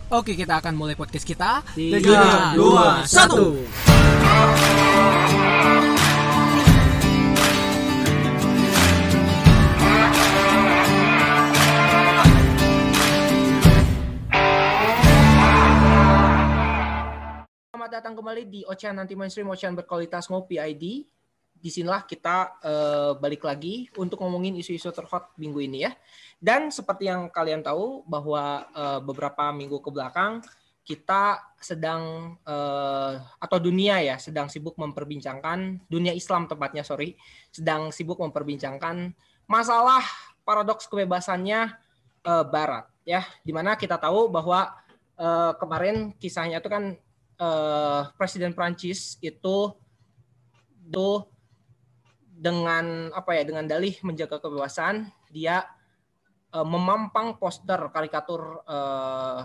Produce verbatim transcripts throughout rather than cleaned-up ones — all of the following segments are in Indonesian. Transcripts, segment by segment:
Oke, kita akan mulai podcast kita. tiga, dua, satu. Selamat datang kembali di Ocehan Anti Mainstream, Ocehan berkualitas Ngopi I D. Disinilah kita uh, balik lagi untuk ngomongin isu-isu terhot minggu ini ya. Dan seperti yang kalian tahu bahwa uh, beberapa minggu ke belakang kita sedang uh, atau dunia ya sedang sibuk memperbincangkan, dunia Islam tepatnya sorry, sedang sibuk memperbincangkan masalah paradoks kebebasannya uh, Barat ya. Dimana kita tahu bahwa uh, kemarin kisahnya itu kan uh, Presiden Prancis itu itu dengan apa ya dengan dalih menjaga kebebasan dia uh, memampang poster karikatur uh,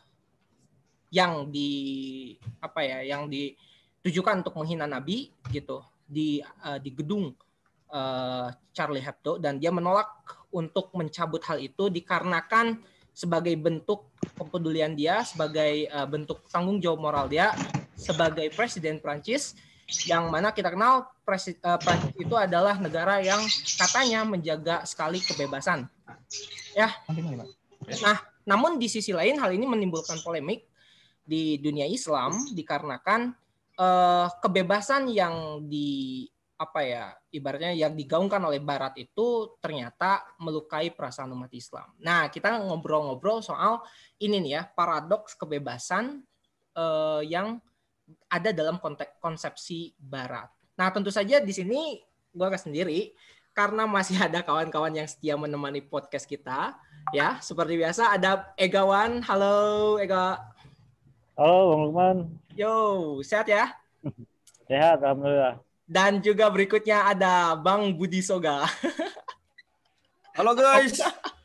yang di apa ya yang ditujukan untuk menghina Nabi gitu di uh, di gedung uh, Charlie Hebdo, dan dia menolak untuk mencabut hal itu dikarenakan sebagai bentuk kepedulian dia, sebagai uh, bentuk tanggung jawab moral dia sebagai Presiden Prancis, yang mana kita kenal Prancis itu adalah negara yang katanya menjaga sekali kebebasan. Ya. Nah, namun di sisi lain hal ini menimbulkan polemik di dunia Islam dikarenakan eh, kebebasan yang di apa ya ibaratnya yang digaungkan oleh Barat itu ternyata melukai perasaan umat Islam. Nah, kita ngobrol-ngobrol soal ini nih ya, paradoks kebebasan eh, yang ada dalam konteks konsepsi Barat. Nah, tentu saja di sini gue akan sendiri karena masih ada kawan-kawan yang setia menemani podcast kita. Ya, seperti biasa ada Egawan. Halo, Ega. Halo, Bang Lukman. Yo, sehat ya? Sehat, alhamdulillah. Dan juga berikutnya ada Bang Budi Soga. Halo guys.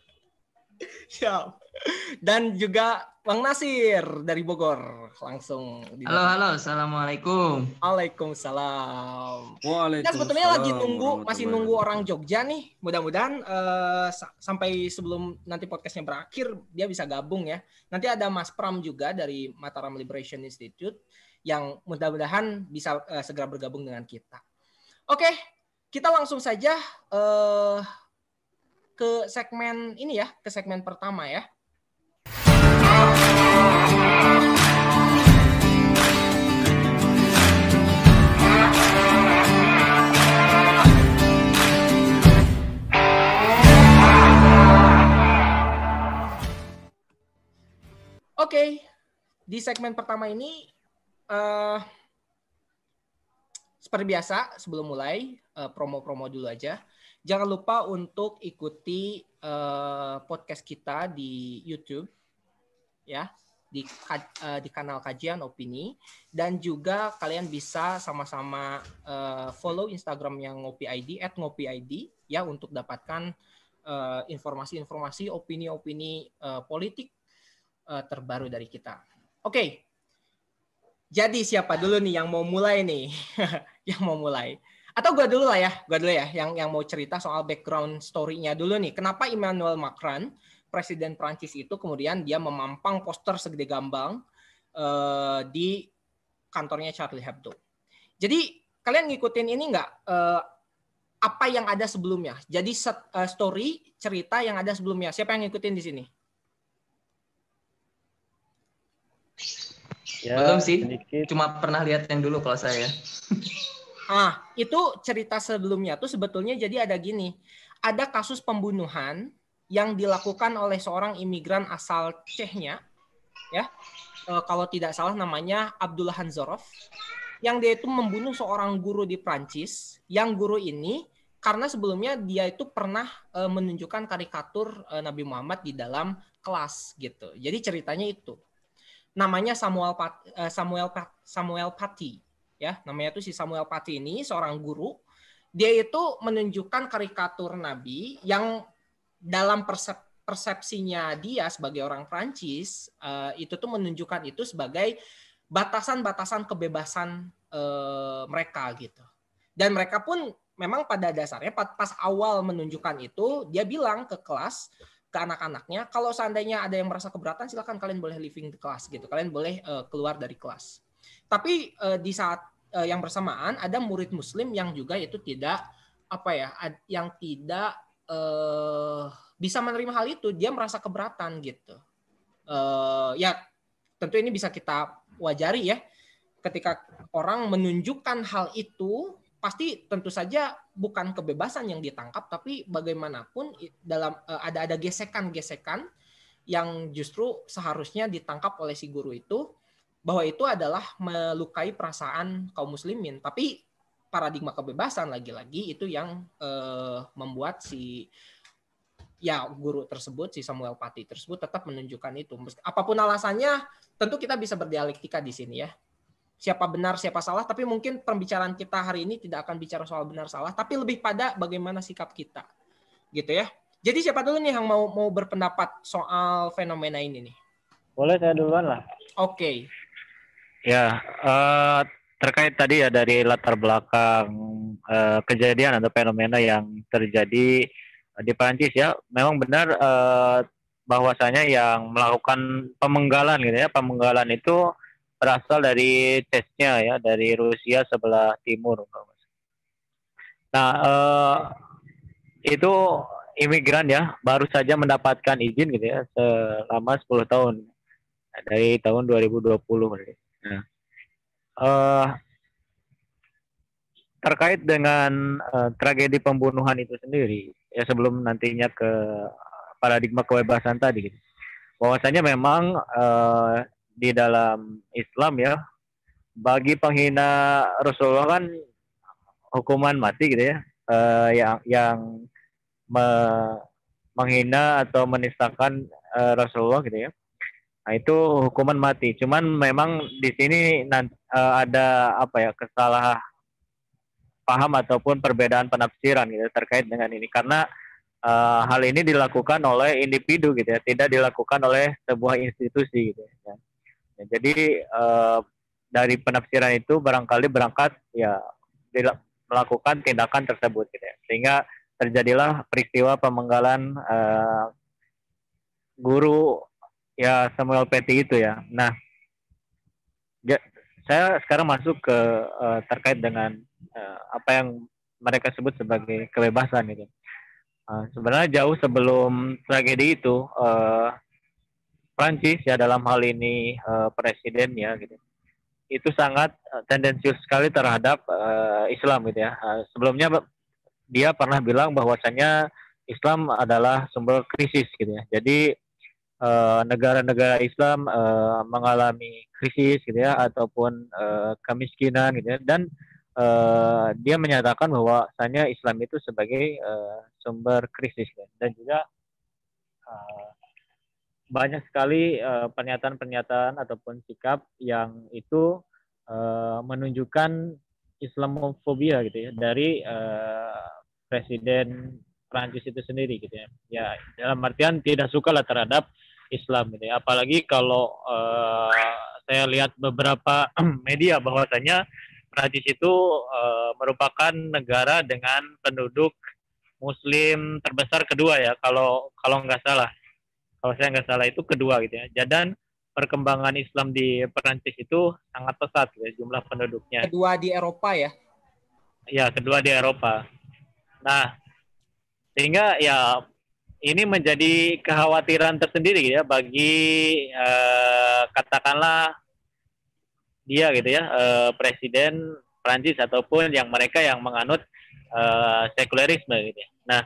Siap. Dan juga Bang Nasir dari Bogor langsung. Halo halo, assalamualaikum. Waalaikumsalam. Waalaikumsalam. Kita sebetulnya lagi nunggu, masih nunggu orang Jogja nih. Mudah-mudahan uh, sampai sebelum nanti podcastnya berakhir dia bisa gabung ya. Nanti ada Mas Pram juga dari Mataram Liberation Institute yang mudah-mudahan bisa uh, segera bergabung dengan kita. Oke, kita langsung saja uh, ke segmen ini ya, ke segmen pertama ya. Oke, di segmen pertama ini uh, seperti biasa sebelum mulai uh, promo-promo dulu aja. Jangan lupa untuk ikuti uh, podcast kita di YouTube ya, di uh, di kanal Kajian Opini, dan juga kalian bisa sama-sama uh, follow Instagram yang Ngopi I D at ngopi I D ya untuk dapatkan uh, informasi-informasi, opini-opini uh, politik uh, terbaru dari kita. Oke. Jadi siapa dulu nih yang mau mulai nih? yang mau mulai. Atau gue dulu lah ya, gue dulu ya yang yang mau cerita soal background story-nya dulu nih. Kenapa Emmanuel Macron, Presiden Prancis itu kemudian dia memampang poster segede gambang uh, di kantornya Charlie Hebdo. Jadi kalian ngikutin ini nggak? Uh, apa yang ada sebelumnya? Jadi set, uh, story cerita yang ada sebelumnya. Siapa yang ngikutin di sini? Ya, belum sih, sedikit. Cuma pernah lihat yang dulu kalau saya. Ah, itu cerita sebelumnya tuh sebetulnya jadi ada gini. Ada kasus pembunuhan yang dilakukan oleh seorang imigran asal Chechnya, ya, e, kalau tidak salah namanya Abdullah Hanzorov, yang dia itu membunuh seorang guru di Prancis, yang guru ini karena sebelumnya dia itu pernah e, menunjukkan karikatur e, Nabi Muhammad di dalam kelas gitu. Jadi ceritanya itu, namanya Samuel Pat, e, Samuel Pat, Samuel Paty, ya, namanya itu si Samuel Paty ini seorang guru, dia itu menunjukkan karikatur Nabi yang dalam persep, persepsinya dia sebagai orang Prancis uh, itu tuh menunjukkan itu sebagai batasan-batasan kebebasan uh, mereka gitu. Dan mereka pun memang pada dasarnya pas awal menunjukkan itu dia bilang ke kelas ke anak-anaknya. Kalau seandainya ada yang merasa keberatan, silakan kalian boleh leaving the class gitu. Kalian boleh uh, keluar dari kelas. Tapi uh, di saat uh, yang bersamaan ada murid Muslim yang juga itu tidak apa ya, ad, yang tidak uh, bisa menerima hal itu. Dia merasa keberatan gitu. Uh, ya tentu ini bisa kita wajari ya. Ketika orang menunjukkan hal itu, pasti tentu saja bukan kebebasan yang ditangkap, tapi bagaimanapun dalam ada ada gesekan-gesekan yang justru seharusnya ditangkap oleh si guru itu, bahwa itu adalah melukai perasaan kaum muslimin. Tapi paradigma kebebasan lagi-lagi itu yang eh, membuat si ya guru tersebut, si Samuel Paty tersebut tetap menunjukkan itu. Apapun alasannya, tentu kita bisa berdialektika di sini ya. Siapa benar, siapa salah, tapi mungkin pembicaraan kita hari ini tidak akan bicara soal benar salah, tapi lebih pada bagaimana sikap kita. Gitu ya. Jadi siapa dulu nih yang mau mau berpendapat soal fenomena ini nih? Boleh saya duluan lah. Oke. Okay. Ya, uh, terkait tadi ya dari latar belakang uh, kejadian atau fenomena yang terjadi di Perancis ya, memang benar uh, bahwasanya yang melakukan pemenggalan gitu ya, pemenggalan itu berasal dari Chechnya ya, dari Rusia sebelah timur. Nah, eh, itu imigran ya, baru saja mendapatkan izin gitu ya, selama sepuluh tahun dari tahun dua ribu dua puluh. Nah, eh, terkait dengan eh, tragedi pembunuhan itu sendiri, ya sebelum nantinya ke paradigma kebebasan tadi, gitu, bahwasanya memang eh, di dalam Islam ya, bagi penghina Rasulullah kan hukuman mati gitu ya, uh, yang yang me, menghina atau menistakan uh, Rasulullah gitu ya. Nah itu hukuman mati. Cuman memang di sini uh, ada apa ya, kesalah paham ataupun perbedaan penafsiran gitu terkait dengan ini, karena uh, hal ini dilakukan oleh individu gitu ya, tidak dilakukan oleh sebuah institusi gitu ya. Jadi uh, dari penafsiran itu barangkali berangkat ya melakukan tindakan tersebut gitu ya. Sehingga terjadilah peristiwa pemenggalan uh, guru ya Samuel Paty itu ya. Nah, ya, saya sekarang masuk ke uh, terkait dengan uh, apa yang mereka sebut sebagai kebebasan gitu. Uh, sebenarnya jauh sebelum tragedi itu, uh, Prancis ya dalam hal ini uh, presidennya gitu, itu sangat uh, tendensius sekali terhadap uh, Islam gitu ya. Uh, sebelumnya dia pernah bilang bahwasannya Islam adalah sumber krisis gitu ya. Jadi uh, negara-negara Islam uh, mengalami krisis gitu ya, ataupun uh, kemiskinan gitu ya, dan uh, dia menyatakan bahwasanya Islam itu sebagai uh, sumber krisis gitu. Dan juga uh, banyak sekali uh, pernyataan-pernyataan ataupun sikap yang itu uh, menunjukkan Islamofobia gitu ya dari uh, Presiden Prancis itu sendiri gitu ya. Ya dalam artian tidak suka lah terhadap Islam gitu ya. Apalagi kalau uh, saya lihat beberapa media bahwasanya Prancis itu uh, merupakan negara dengan penduduk Muslim terbesar kedua ya, kalau kalau nggak salah. Kalau saya nggak salah itu kedua gitu ya. Dan perkembangan Islam di Perancis itu sangat pesat ya, jumlah penduduknya. Kedua di Eropa ya? Ya, kedua di Eropa. Nah, sehingga ya ini menjadi kekhawatiran tersendiri ya bagi eh, katakanlah dia gitu ya, eh, Presiden Perancis ataupun yang mereka yang menganut eh, sekulerisme gitu ya. Nah,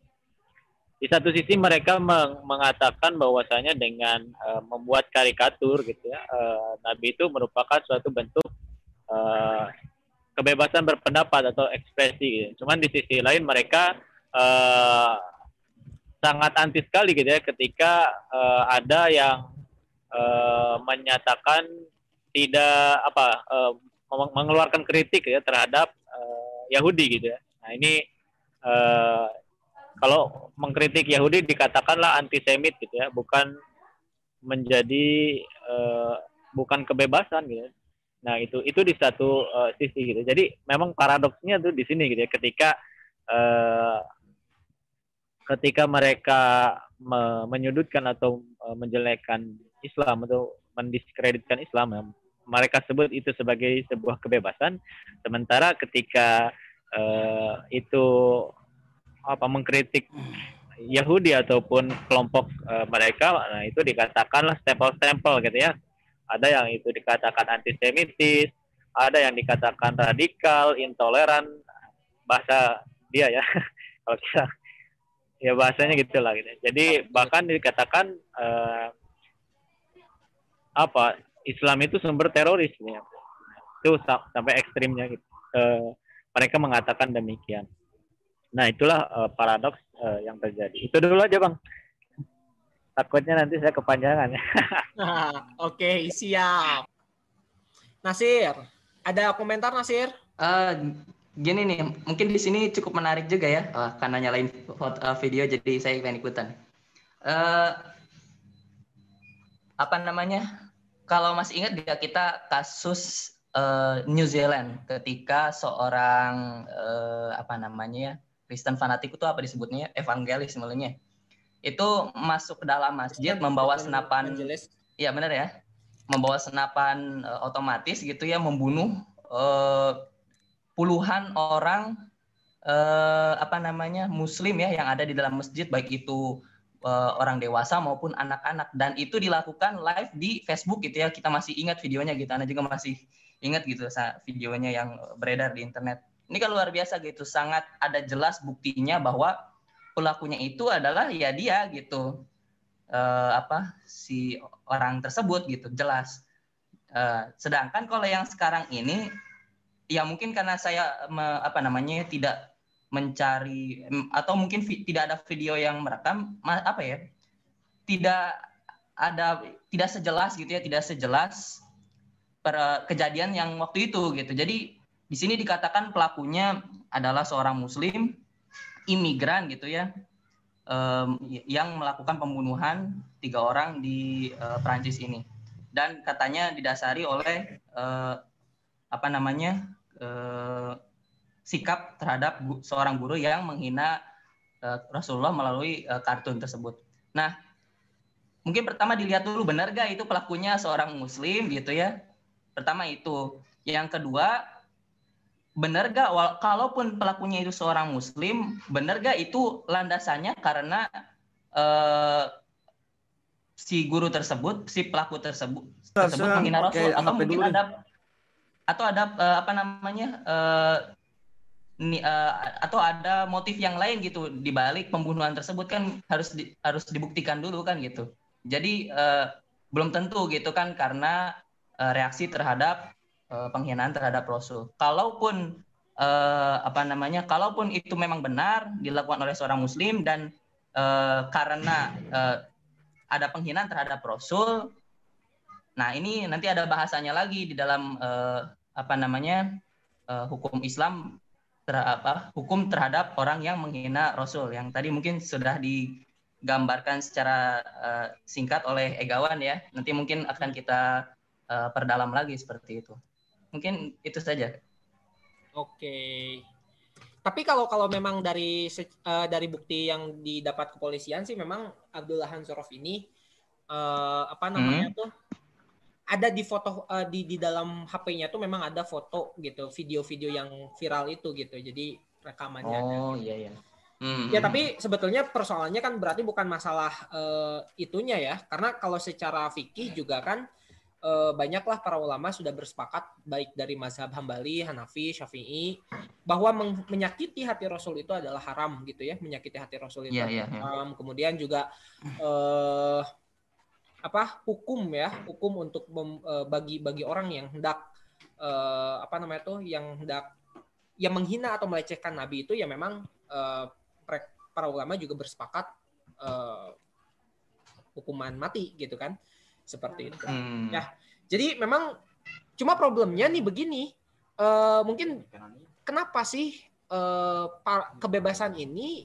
di satu sisi mereka meng mengatakan bahwasanya dengan uh, membuat karikatur gitu ya, uh, Nabi itu merupakan suatu bentuk uh, kebebasan berpendapat atau ekspresi gitu. Cuman di sisi lain mereka uh, sangat anti sekali gitu ya ketika uh, ada yang uh, menyatakan tidak apa uh, mengeluarkan kritik ya terhadap uh, Yahudi gitu ya. Nah, ini uh, kalau mengkritik Yahudi dikatakanlah antisemit gitu ya, bukan menjadi uh, bukan kebebasan gitu. Nah itu itu di satu uh, sisi gitu. Jadi memang paradoksnya tuh di sini gitu ya, ketika uh, ketika mereka me- menyudutkan atau uh, menjelekkan Islam atau mendiskreditkan Islam ya. Mereka sebut itu sebagai sebuah kebebasan, sementara ketika uh, itu apa mengkritik Yahudi ataupun kelompok uh, mereka, nah itu dikatakanlah stempel-stempel gitu ya. Ada yang itu dikatakan antisemitis, ada yang dikatakan radikal, intoleran, bahasa dia ya. Kalau kita ya bahasanya gitulah gitu. Jadi bahkan dikatakan uh, apa Islam itu sumber teroris ya. Itu sampai ekstrimnya gitu. Uh, mereka mengatakan demikian. Nah, itulah uh, paradoks uh, yang terjadi. Itu dulu aja, Bang. Takutnya nanti saya kepanjangan. Oke, siap. Nasir, ada komentar Nasir? Uh, gini nih, mungkin di sini cukup menarik juga ya, uh, karena nyalain foto, uh, video, jadi saya pengen ikutan. Uh, apa namanya? Kalau masih ingat dia kita kasus uh, New Zealand ketika seorang uh, apa namanya ya Kristen fanatik itu apa disebutnya evangelis sebenarnya itu masuk ke dalam masjid membawa senapan, iya benar ya, membawa senapan uh, otomatis gitu ya, membunuh uh, puluhan orang uh, apa namanya Muslim ya yang ada di dalam masjid, baik itu Uh, orang dewasa maupun anak-anak, dan itu dilakukan live di Facebook gitu ya. Kita masih ingat videonya gitu, Anda juga masih ingat gitu videonya yang beredar di internet. Ini kan luar biasa gitu, sangat ada jelas buktinya bahwa pelakunya itu adalah ya dia gitu, uh, apa si orang tersebut gitu, jelas. Uh, sedangkan kalau yang sekarang ini ya mungkin karena saya me, apa namanya tidak mencari atau mungkin vi, tidak ada video yang merekam apa ya tidak ada tidak sejelas gitu ya tidak sejelas per, kejadian yang waktu itu gitu. Jadi di sini dikatakan pelakunya adalah seorang Muslim imigran gitu ya um, yang melakukan pembunuhan tiga orang di uh, Prancis ini, dan katanya didasari oleh uh, apa namanya uh, sikap terhadap gu, seorang guru yang menghina uh, Rasulullah melalui uh, kartun tersebut. Nah, mungkin pertama dilihat dulu benar gak itu pelakunya seorang Muslim gitu ya. Pertama itu. Yang kedua, benar gak kalaupun pelakunya itu seorang Muslim, benar gak itu landasannya karena uh, si guru tersebut, si pelaku tersebut tersebut menghina Rasul, atau mungkin ada atau ada uh, apa namanya uh, Ini, uh, atau ada motif yang lain gitu di balik pembunuhan tersebut, kan harus di, harus dibuktikan dulu kan gitu. Jadi uh, belum tentu gitu kan karena uh, reaksi terhadap uh, penghinaan terhadap Rasul. Kalaupun uh, apa namanya, kalaupun itu memang benar dilakukan oleh seorang Muslim dan uh, karena uh, ada penghinaan terhadap Rasul, nah ini nanti ada bahasanya lagi di dalam uh, apa namanya uh, hukum Islam. Ter, apa, hukum terhadap orang yang menghina Rasul yang tadi mungkin sudah digambarkan secara uh, singkat oleh Egawan ya. Nanti mungkin akan kita uh, perdalam lagi seperti itu. Mungkin itu saja. Oke. Tapi kalau kalau memang dari uh, dari bukti yang didapat kepolisian sih memang Abdullah Hansorov ini uh, apa namanya hmm. tuh ada di foto uh, di di dalam H P-nya tuh memang ada foto gitu, video-video yang viral itu gitu. Jadi rekamannya. Oh ada. Iya iya. Hmm. Ya tapi sebetulnya persoalannya kan berarti bukan masalah uh, itunya ya, karena kalau secara fikih juga kan uh, banyaklah para ulama sudah bersepakat baik dari mazhab Hambali, Hanafi, Syafi'i bahwa men- menyakiti hati Rasul itu adalah haram gitu ya, menyakiti hati Rasul itu yeah, yeah, haram. Yeah. Kemudian juga uh, apa hukum ya hukum untuk mem, uh, bagi bagi orang yang hendak uh, apa namanya tuh yang hendak yang menghina atau melecehkan Nabi itu ya memang uh, para ulama juga bersepakat uh, hukuman mati gitu kan, seperti itu. Hmm. Ya jadi memang cuma problemnya nih begini, uh, mungkin kenapa sih uh, kebebasan ini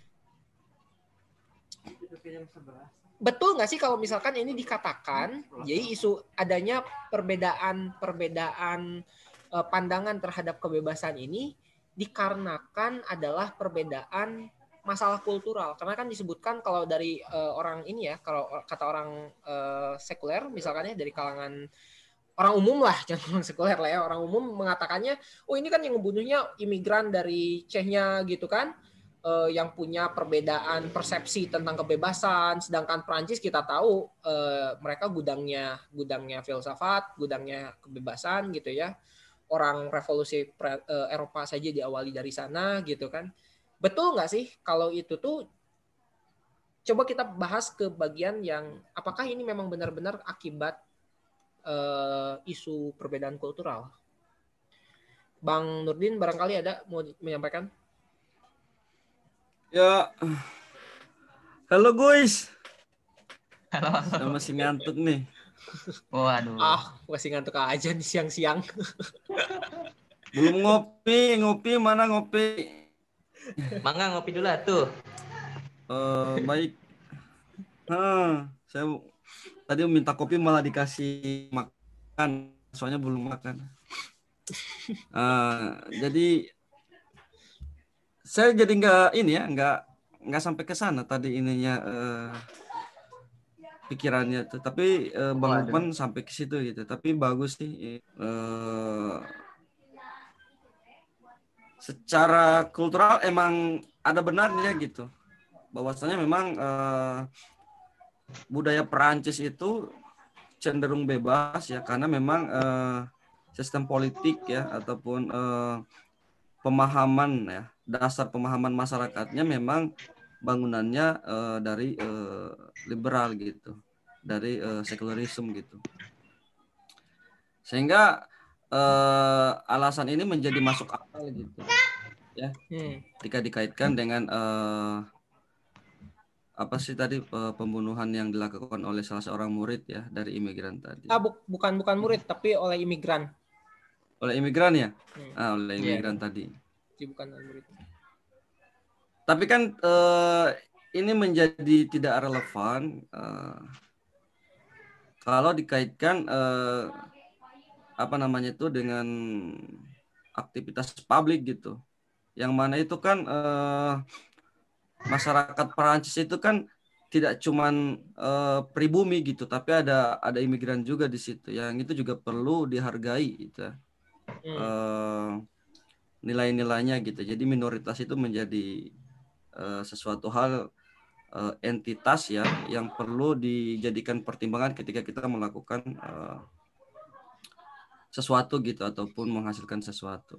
betul nggak sih kalau misalkan ini dikatakan jadi isu adanya perbedaan-perbedaan uh, pandangan terhadap kebebasan ini dikarenakan adalah perbedaan masalah kultural. Karena kan disebutkan kalau dari uh, orang ini ya, kalau kata orang uh, sekuler misalkan ya, dari kalangan orang umum lah, jangan orang sekuler lah ya, orang umum mengatakannya, oh ini kan yang membunuhnya imigran dari Chechnya gitu kan, uh, yang punya perbedaan persepsi tentang kebebasan, sedangkan Prancis kita tahu uh, mereka gudangnya gudangnya filsafat, gudangnya kebebasan gitu ya. Orang revolusi pre, uh, Eropa saja diawali dari sana gitu kan. Betul nggak sih kalau itu tuh? Coba kita bahas ke bagian yang apakah ini memang benar-benar akibat uh, isu perbedaan kultural. Bang Nurdin barangkali ada mau menyampaikan? Ya, halo guys. Halo. Saya masih ngantuk nih. Waduh. Ah, masih ngantuk aja nih siang-siang. Belum ngopi, ngopi mana ngopi? Mangga ngopi dulu tuh. Uh, baik. Hah, saya tadi minta kopi malah dikasih makan, soalnya belum makan. Uh, jadi saya jadi nggak ini ya, nggak nggak sampai ke sana tadi ininya uh, pikirannya tuh. Tapi uh, Bang Lukman sampai ke situ gitu. Tapi bagus sih. Uh, secara kultural emang ada benarnya gitu. Bahwasanya memang uh, budaya Perancis itu cenderung bebas ya, karena memang uh, sistem politik ya ataupun uh, pemahaman ya, dasar pemahaman masyarakatnya memang bangunannya uh, dari uh, liberal gitu, dari uh, sekularisme gitu. Sehingga uh, alasan ini menjadi masuk akal gitu ya, hmm. jika dikaitkan dengan uh, apa sih tadi pembunuhan yang dilakukan oleh salah seorang murid ya dari imigran tadi. Ah bu- bukan bukan murid tapi oleh imigran. Oleh imigran ya? Hmm. Ah, oleh imigran yeah. tadi. Jadi bukan murid. Tapi kan eh, ini menjadi tidak relevan eh, kalau dikaitkan eh, apa namanya itu dengan aktivitas publik gitu. Yang mana itu kan eh, masyarakat Perancis itu kan tidak cuman uh, pribumi gitu, tapi ada ada imigran juga di situ. Yang itu juga perlu dihargai gitu. Hmm. Uh, nilai-nilainya gitu. Jadi minoritas itu menjadi uh, sesuatu hal uh, entitas ya yang perlu dijadikan pertimbangan ketika kita melakukan uh, sesuatu gitu ataupun menghasilkan sesuatu.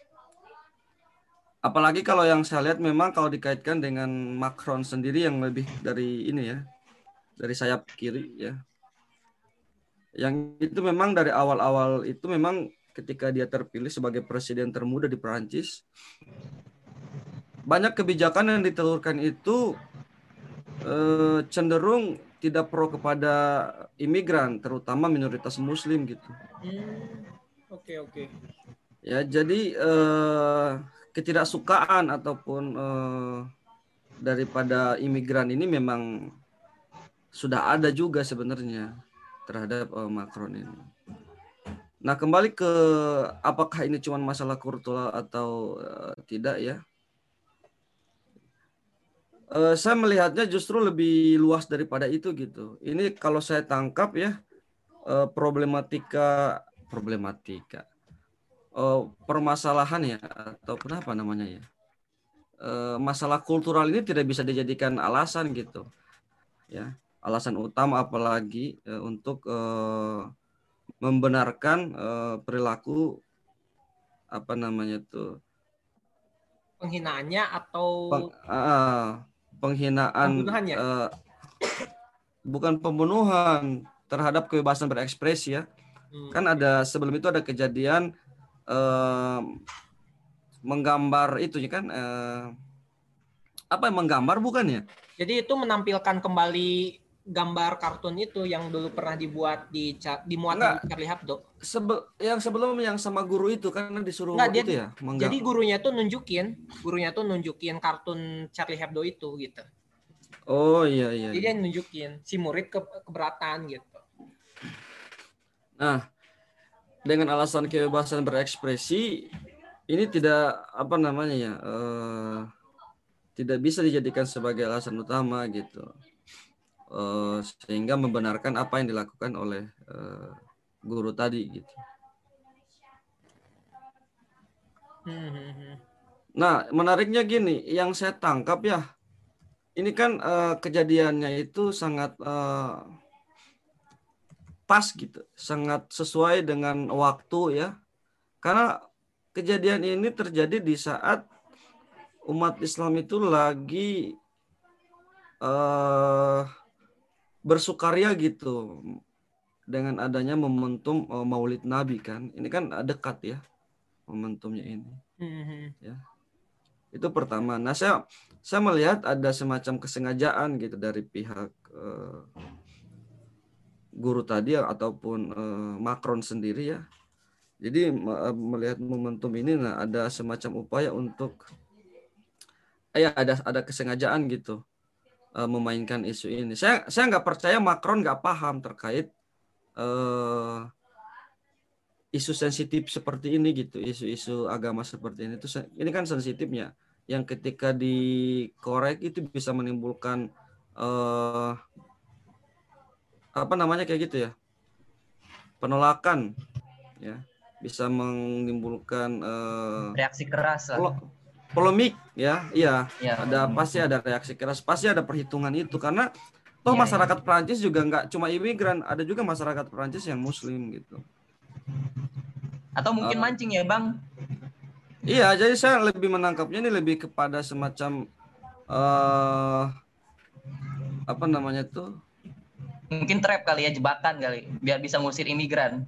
Apalagi kalau yang saya lihat memang kalau dikaitkan dengan Macron sendiri yang lebih dari ini ya, dari sayap kiri ya. Yang itu memang dari awal-awal itu memang ketika dia terpilih sebagai presiden termuda di Perancis, banyak kebijakan yang ditelurkan itu eh, cenderung tidak pro kepada imigran, terutama minoritas Muslim gitu. Hmm, oke oke. Ya jadi eh, ketidaksukaan ataupun eh, daripada imigran ini memang sudah ada juga sebenarnya terhadap eh, Macron ini. Nah kembali ke apakah ini cuma masalah kultural atau eh, tidak ya? Eh, saya melihatnya justru lebih luas daripada itu gitu. Ini kalau saya tangkap ya eh, problematika problematika. Uh, permasalahan ya atau kenapa namanya ya uh, masalah kultural ini tidak bisa dijadikan alasan gitu ya, alasan utama apalagi uh, untuk uh, membenarkan uh, perilaku apa namanya tuh penghinaannya atau peng, uh, penghinaan uh, bukan pembunuhan terhadap kebebasan berekspresi ya. hmm. Kan ada sebelum itu ada kejadian Uh, menggambar itu ya kan uh, apa yang menggambar bukan ya? Jadi itu menampilkan kembali gambar kartun itu yang dulu pernah dibuat di dimuat di Charlie Hebdo. Sebe- yang sebelum yang sama guru itu karena disuruh Nggak, dia, itu ya. Menggambar. Jadi gurunya tuh nunjukin, gurunya tuh nunjukin kartun Charlie Hebdo itu gitu. Oh iya iya. Jadi dia nunjukin si murid ke, keberatan gitu. Nah, dengan alasan kebebasan berekspresi ini tidak apa namanya ya uh, tidak bisa dijadikan sebagai alasan utama gitu. Uh, sehingga membenarkan apa yang dilakukan oleh uh, guru tadi gitu. Nah, menariknya gini, yang saya tangkap ya, ini kan uh, kejadiannya itu sangat uh, pas gitu, sangat sesuai dengan waktu ya, karena kejadian ini terjadi di saat umat Islam itu lagi uh, bersukaria gitu dengan adanya momentum uh, Maulid Nabi kan. Ini kan dekat ya momentumnya ini. Mm-hmm. Ya. Itu pertama. Nah, saya saya melihat ada semacam kesengajaan gitu dari pihak uh, guru tadi ataupun uh, Macron sendiri ya. Jadi uh, melihat momentum ini, nah ada semacam upaya untuk ya ada ada kesengajaan gitu. Memainkan isu ini. Saya saya nggak percaya Macron nggak paham terkait uh, isu sensitif seperti ini gitu, isu-isu agama seperti ini. Itu ini kan sensitifnya, yang ketika dikorek itu bisa menimbulkan uh, apa namanya kayak gitu ya, penolakan, ya, bisa menimbulkan uh, reaksi keras lah. Polemik ya, iya, ya, ada pasti ada reaksi keras, pasti ada perhitungan itu karena toh ya, masyarakat ya. Perancis juga nggak cuma imigran, ada juga masyarakat Perancis yang Muslim gitu. Atau mungkin uh, mancing ya bang? Iya, jadi saya lebih menangkapnya ini lebih kepada semacam uh, apa namanya tuh? Mungkin trap kali ya, jebakan kali, biar bisa ngusir imigran.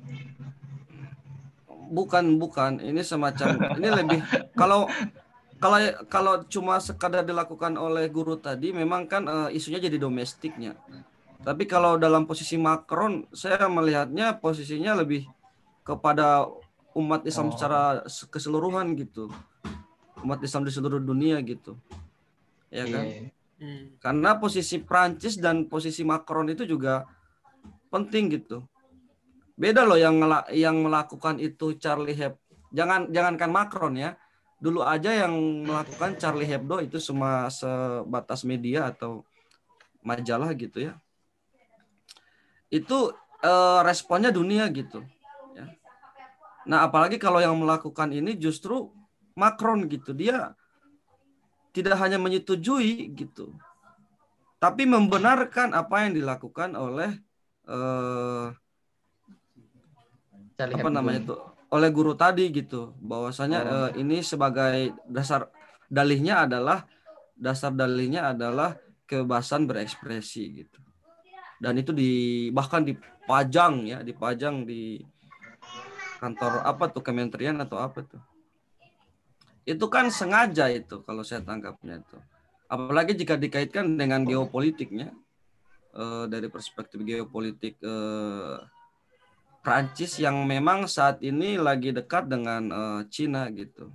Bukan, bukan, ini semacam ini lebih kalau Kalau kalau cuma sekadar dilakukan oleh guru tadi, memang kan uh, isunya jadi domestiknya. Tapi kalau dalam posisi Macron, saya melihatnya posisinya lebih kepada umat Islam oh. secara keseluruhan gitu, umat Islam di seluruh dunia gitu, ya kan? Yeah. Hmm. Karena posisi Prancis dan posisi Macron itu juga penting gitu. Beda loh yang yang melakukan itu Charlie Hebdo. Jangan jangankan Macron ya. Dulu aja yang melakukan Charlie Hebdo itu cuma sebatas media atau majalah gitu ya. Itu eh, responnya dunia gitu. Ya. Nah apalagi kalau yang melakukan ini justru Macron gitu. Dia tidak hanya menyetujui gitu, tapi membenarkan apa yang dilakukan oleh eh, apa namanya itu oleh guru tadi gitu, bahwasanya oh. uh, ini sebagai dasar dalihnya adalah dasar dalihnya adalah kebebasan berekspresi gitu, dan itu di bahkan dipajang ya dipajang di kantor apa tuh kementerian atau apa tuh, itu kan sengaja itu kalau saya tangkapnya itu, apalagi jika dikaitkan dengan geopolitiknya uh, dari perspektif geopolitik uh, Prancis yang memang saat ini lagi dekat dengan uh, Cina gitu.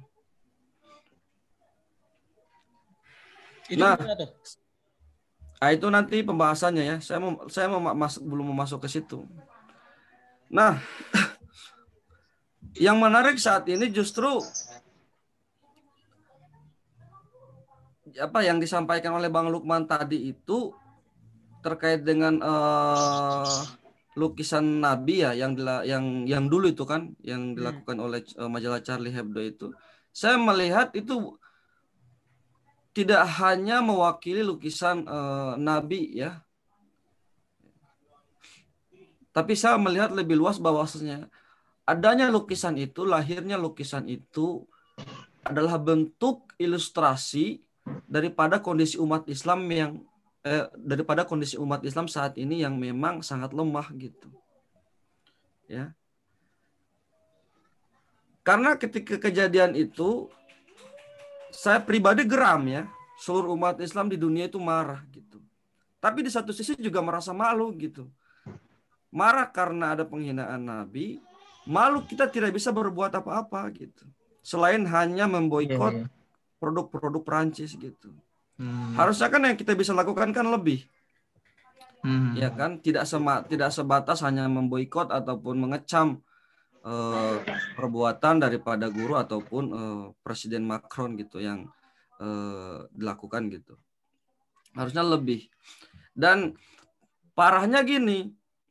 Itu nah, nah, itu nanti pembahasannya ya. Saya mau saya mau masuk belum mau masuk ke situ. Nah, yang menarik saat ini justru apa yang disampaikan oleh Bang Lukman tadi itu terkait dengan uh, lukisan Nabi ya yang yang yang dulu itu kan yang dilakukan hmm. oleh uh, majalah Charlie Hebdo itu, saya melihat itu tidak hanya mewakili lukisan uh, Nabi ya, tapi saya melihat lebih luas bahwasanya adanya lukisan itu, lahirnya lukisan itu adalah bentuk ilustrasi daripada kondisi umat Islam yang Eh, daripada kondisi umat Islam saat ini yang memang sangat lemah gitu, ya. Karena ketika kejadian itu, saya pribadi geram ya, seluruh umat Islam di dunia itu marah gitu. Tapi di satu sisi juga merasa malu gitu, marah karena ada penghinaan Nabi, malu kita tidak bisa berbuat apa-apa gitu, selain hanya memboikot yeah, yeah. produk-produk Prancis gitu. Hmm. Harusnya kan yang kita bisa lakukan kan lebih, hmm. ya kan, tidak sema, tidak sebatas hanya memboikot ataupun mengecam uh, perbuatan daripada guru ataupun uh, Presiden Macron gitu yang eh, dilakukan gitu. Harusnya lebih. Dan parahnya gini,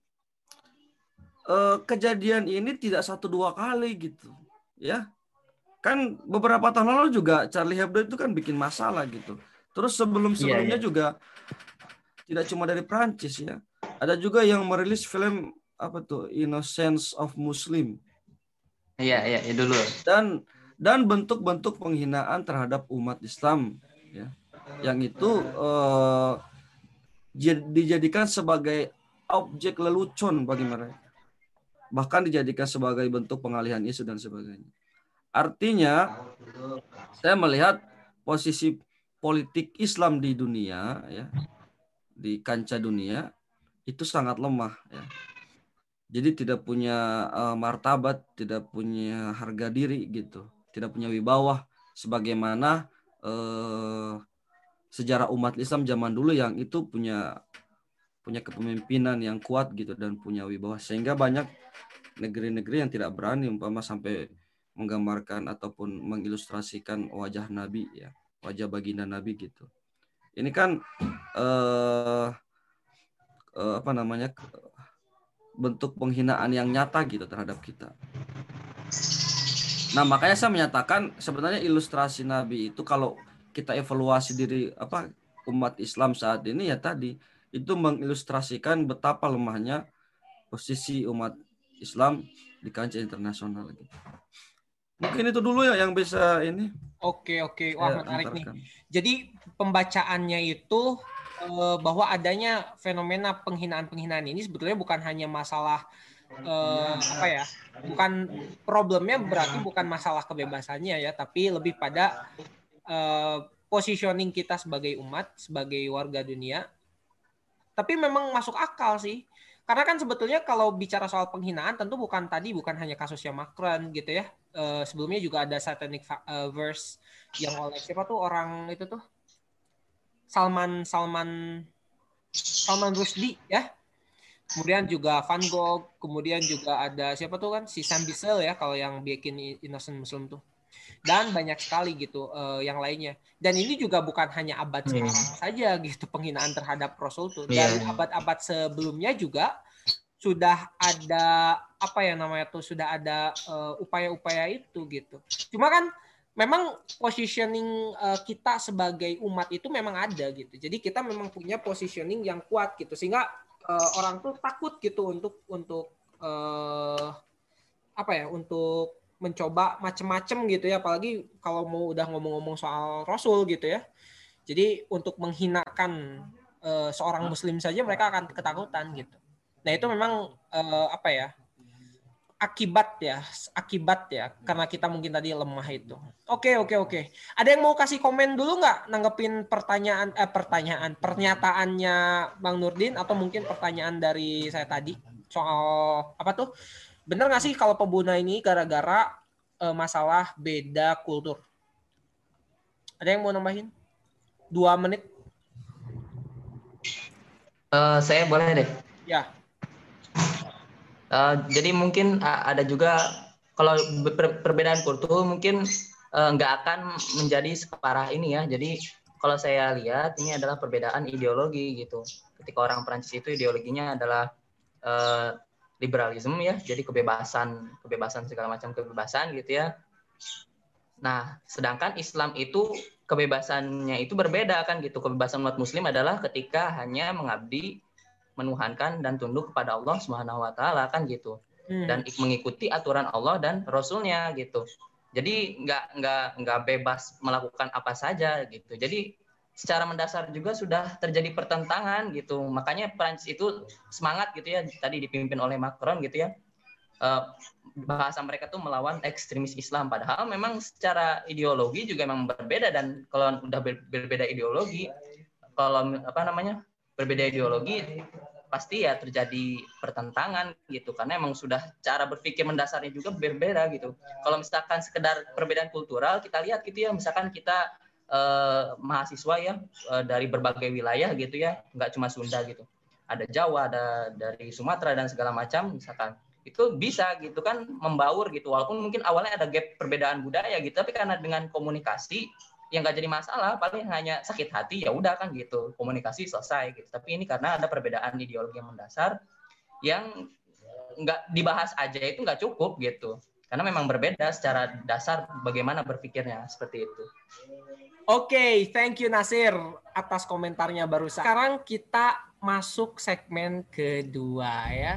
eh, kejadian ini tidak satu dua kali gitu, ya. Kan beberapa tahun lalu juga Charlie Hebdo itu kan bikin masalah gitu. Terus sebelum-sebelumnya Iya, iya. juga tidak cuma dari Prancis ya. Ada juga yang merilis film apa tuh Innocence of Muslim. Iya, iya, ya dulu. Dan dan bentuk-bentuk penghinaan terhadap umat Islam ya. Yang itu eh, dijadikan sebagai objek lelucon bagi mereka. Bahkan dijadikan sebagai bentuk pengalihan isu dan sebagainya. Artinya, saya melihat posisi politik Islam di dunia, ya, di kancah dunia itu sangat lemah. Ya. Jadi tidak punya uh, martabat, tidak punya harga diri, gitu, tidak punya wibawa, sebagaimana uh, sejarah umat Islam zaman dulu yang itu punya punya kepemimpinan yang kuat, gitu, dan punya wibawa, sehingga banyak negeri-negeri yang tidak berani umpama sampai menggambarkan ataupun mengilustrasikan wajah Nabi ya, wajah baginda Nabi gitu. Ini kan eh, eh, apa namanya bentuk penghinaan yang nyata gitu terhadap kita. Nah, makanya saya menyatakan sebenarnya ilustrasi Nabi itu kalau kita evaluasi diri apa umat Islam saat ini ya tadi itu mengilustrasikan betapa lemahnya posisi umat Islam di kancah internasional gitu. Mungkin itu dulu ya yang bisa ini. Oke, oke. Wah, saya menarik nih. antarkan. Jadi pembacaannya itu eh, bahwa adanya fenomena penghinaan-penghinaan ini sebetulnya bukan hanya masalah eh, apa ya? Bukan problemnya berarti bukan masalah kebebasannya ya, tapi lebih pada eh, positioning kita sebagai umat, sebagai warga dunia. Tapi memang masuk akal sih. Karena kan sebetulnya kalau bicara soal penghinaan tentu bukan tadi bukan hanya kasusnya Macron gitu ya. Uh, sebelumnya juga ada satanic uh, verse yang oleh siapa tuh orang itu tuh Salman Salman Salman Rushdie ya. Kemudian juga Van Gogh, kemudian juga ada siapa tuh kan si Sam Bissell ya kalau yang bikin Innocent Muslim tuh. Dan banyak sekali gitu uh, yang lainnya. Dan ini juga bukan hanya abad Hmm. sekarang saja gitu penghinaan terhadap Rasul tuh. Iya. Dari abad-abad sebelumnya juga sudah ada apa ya namanya tuh sudah ada uh, upaya-upaya itu gitu. Cuma kan memang positioning uh, kita sebagai umat itu memang ada gitu. Jadi kita memang punya positioning yang kuat gitu sehingga uh, orang tuh takut gitu untuk untuk uh, apa ya untuk mencoba macem-macem gitu ya, apalagi kalau mau udah ngomong-ngomong soal Rasul gitu ya. Jadi untuk menghinakan uh, seorang Muslim saja mereka akan ketakutan gitu. Nah itu memang uh, apa ya akibat ya, akibat ya karena kita mungkin tadi lemah itu. Oke oke oke. Ada yang mau kasih komen dulu nggak nanggepin pertanyaan eh pertanyaan pernyataannya Bang Nurdin atau mungkin pertanyaan dari saya tadi soal apa tuh? Bener nggak sih kalau pembuna ini gara-gara uh, masalah beda kultur? Ada yang mau nambahin? Dua menit? Uh, saya boleh deh. Ya. Uh, jadi mungkin uh, ada juga kalau per perbedaan kultur mungkin uh, nggak akan menjadi separah ini ya. Jadi kalau saya lihat ini adalah perbedaan ideologi gitu. Ketika orang Prancis itu ideologinya adalah uh, liberalisme ya, jadi kebebasan, kebebasan segala macam kebebasan gitu ya. Nah, sedangkan Islam itu kebebasannya itu berbeda kan gitu. Kebebasan umat Muslim adalah ketika hanya mengabdi, menuhankan dan tunduk kepada Allah Subhanahu Wa Taala kan gitu, dan mengikuti aturan Allah dan Rasulnya gitu. Jadi nggak nggak nggak bebas melakukan apa saja gitu. Jadi secara mendasar juga sudah terjadi pertentangan gitu. Makanya Prancis itu semangat gitu ya, tadi dipimpin oleh Macron gitu ya. Uh, bahasa mereka tuh melawan ekstremis Islam. Padahal memang secara ideologi juga memang berbeda, dan kalau udah ber berbeda ideologi, kalau apa namanya berbeda ideologi pasti ya terjadi pertentangan gitu, karena emang sudah cara berpikir mendasarnya juga berbeda gitu. Kalau misalkan sekedar perbedaan kultural kita lihat gitu ya, misalkan kita Uh, mahasiswa ya uh, dari berbagai wilayah gitu ya, nggak cuma Sunda gitu, ada Jawa, ada dari Sumatera dan segala macam, misalkan itu bisa gitu kan membaur gitu, walaupun mungkin awalnya ada gap perbedaan budaya gitu, tapi karena dengan komunikasi yang nggak jadi masalah, paling hanya sakit hati ya udah kan gitu, komunikasi selesai gitu. Tapi ini karena ada perbedaan ideologi yang mendasar yang nggak dibahas aja itu nggak cukup gitu, karena memang berbeda secara dasar bagaimana berpikirnya seperti itu. Oke, okay, thank you Nasir atas komentarnya barusan. Sekarang kita masuk segmen kedua ya.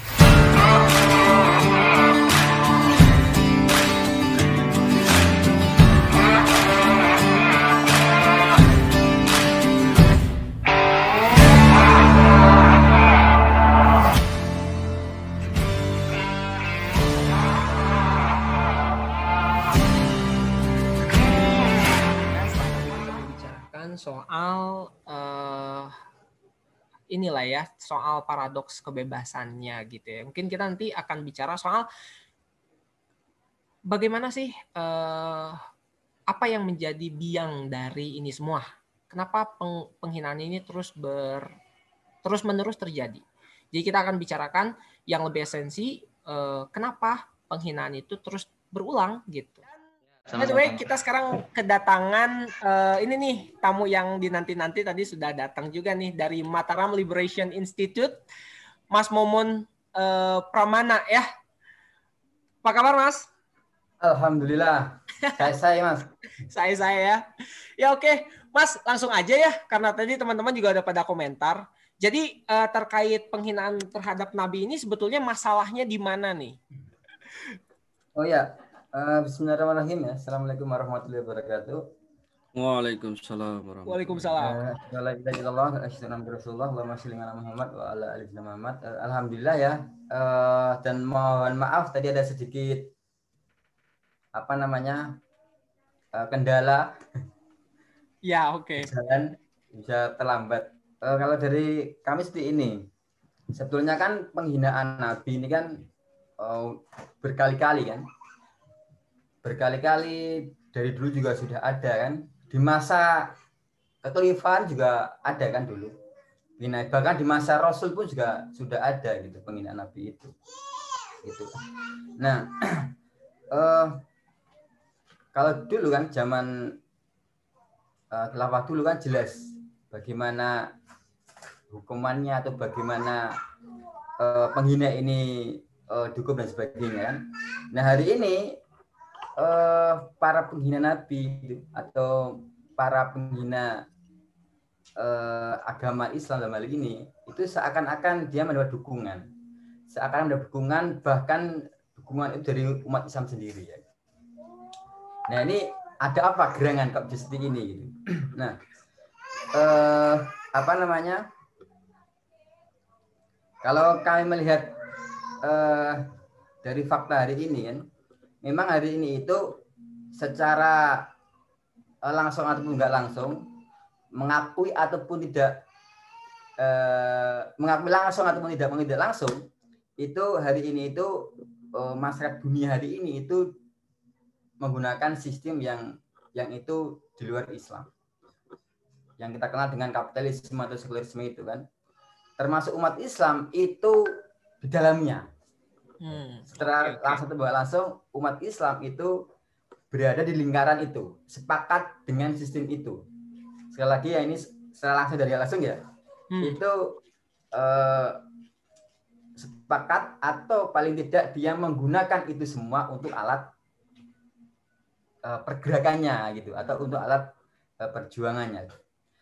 Soal uh, inilah ya, soal paradoks kebebasannya gitu ya. Mungkin kita nanti akan bicara soal bagaimana sih uh, apa yang menjadi biang dari ini semua. Kenapa peng, penghinaan ini terus ber terus menerus terjadi. Jadi kita akan bicarakan yang lebih esensi uh, kenapa penghinaan itu terus berulang gitu. By the way, kita sekarang kedatangan uh, ini nih tamu yang dinanti-nanti tadi sudah datang juga nih dari Mataram Liberation Institute, Mas Momon uh, Pramana ya. Apa kabar Mas? Alhamdulillah. Saya saya Mas. saya saya ya. Ya oke, Mas langsung aja ya karena tadi teman-teman juga ada pada komentar. Jadi uh, terkait penghinaan terhadap Nabi ini sebetulnya masalahnya di mana nih? Oh ya. Uh, Bismillahirrahmanirrahim ya. Assalamualaikum warahmatullahi wabarakatuh. Waalaikumsalam warahmatullahi wabarakatuh. Alhamdulillah ya. Uh, dan mohon maaf tadi ada sedikit apa namanya uh, kendala. Ya oke. Okay. Jalan bisa terlambat. Uh, kalau dari kami seperti ini, sebetulnya kan penghinaan Nabi ini kan uh, berkali-kali kan. Berkali-kali dari dulu juga sudah ada kan, di masa kekhalifahan juga ada kan dulu, bahkan di masa Rasul pun juga sudah ada gitu penghinaan Nabi itu gitu. Nah eh, kalau dulu kan zaman eh, khilafah dulu kan jelas bagaimana hukumannya atau bagaimana eh, penghina ini eh, dihukum dan sebagainya kan. Nah hari ini Uh, para penghina Nabi atau para penghina uh, agama Islam dalam hal ini itu seakan-akan dia mendapat dukungan, seakan mendapat dukungan bahkan dukungan itu dari umat Islam sendiri ya. Nah ini ada apa gerangan kok seperti ini gitu. Nah uh, apa namanya? Kalau kami melihat uh, dari fakta hari ini kan. Memang hari ini itu secara langsung ataupun enggak langsung mengakui ataupun tidak eh, mengakui langsung ataupun tidak mengakui tidak langsung itu hari ini itu eh, masyarakat dunia hari ini itu menggunakan sistem yang yang itu di luar Islam yang kita kenal dengan kapitalisme atau sekularisme itu kan, termasuk umat Islam itu di dalamnya. Hmm, secara okay, okay. langsung atau langsung umat Islam itu berada di lingkaran itu, sepakat dengan sistem itu. Sekali lagi ya ini secara langsung dari langsung ya, hmm. itu eh, sepakat atau paling tidak dia menggunakan itu semua untuk alat eh, pergerakannya gitu atau untuk alat eh, perjuangannya.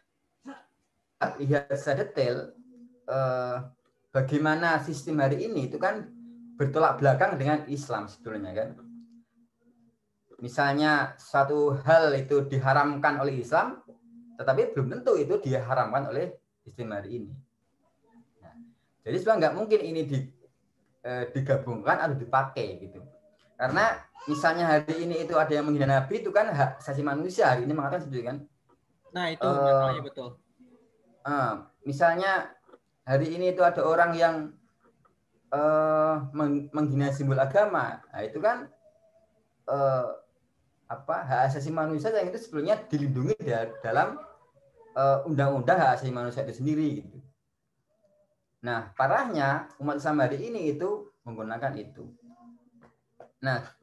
Lihat secara detail eh, bagaimana sistem hari ini itu kan bertolak belakang dengan Islam sebetulnya kan. Misalnya satu hal itu diharamkan oleh Islam, tetapi belum tentu itu diharamkan oleh sistem hari ini. Nah, jadi sebenarnya nggak mungkin ini di, eh, digabungkan atau dipakai gitu. Karena misalnya hari ini itu ada yang menghina Nabi itu kan hak asasi manusia, hari ini mengatakan seperti kan. Nah itu uh, betul. Uh, misalnya hari ini itu ada orang yang Uh, menghina simbol agama, nah, itu kan uh, apa hak asasi manusia yang itu sebetulnya dilindungi dalam uh, undang-undang hak asasi manusia itu sendiri gitu. Nah parahnya umat Islam hari ini itu menggunakan itu. Nah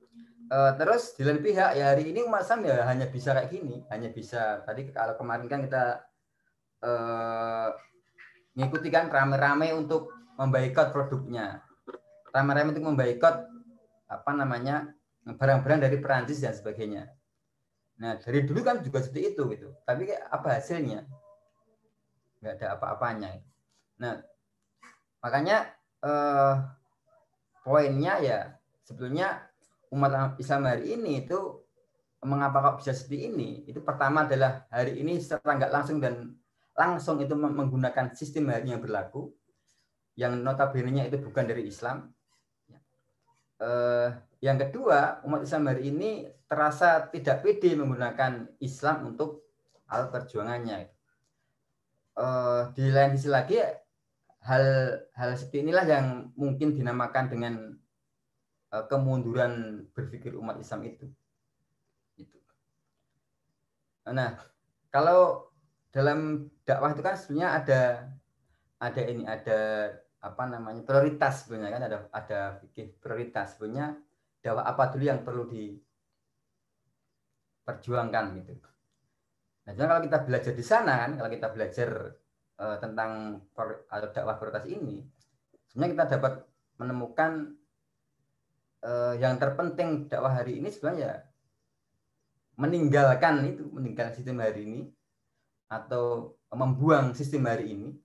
Uh, terus di lain pihak ya hari ini umat Islam ya hanya bisa kayak gini, hanya bisa tadi kalau kemarin kan kita uh, ngikuti kan rame-rame untuk memboikot produknya, rame-rame untuk memboikot apa namanya barang-barang dari Perancis dan sebagainya. Nah dari dulu kan juga seperti itu gitu, tapi apa hasilnya? Nggak ada apa-apanya. Nah makanya uh, poinnya ya sebetulnya umat Islam hari ini itu mengapa kok bisa seperti ini? Itu pertama adalah hari ini secara nggak langsung dan langsung itu menggunakan sistem hari yang berlaku, yang notabene-nya itu bukan dari Islam. Eh, yang kedua, umat Islam hari ini terasa tidak pede menggunakan Islam untuk alat perjuangannya. Eh, di lain sisi lagi, hal hal seperti inilah yang mungkin dinamakan dengan kemunduran berpikir umat Islam itu. Itu. Nah, kalau dalam dakwah itu kan sebenarnya ada ada ini ada apa namanya prioritas sebenarnya kan ada ada fikih prioritas sebenarnya dakwah apa dulu yang perlu diperjuangkan gitu. Nah, jadi kalau kita belajar di sana kan kalau kita belajar uh, tentang dakwah prioritas ini, sebenarnya kita dapat menemukan Uh, yang terpenting dakwah hari ini sebenarnya meninggalkan itu, meninggalkan sistem hari ini atau membuang sistem hari ini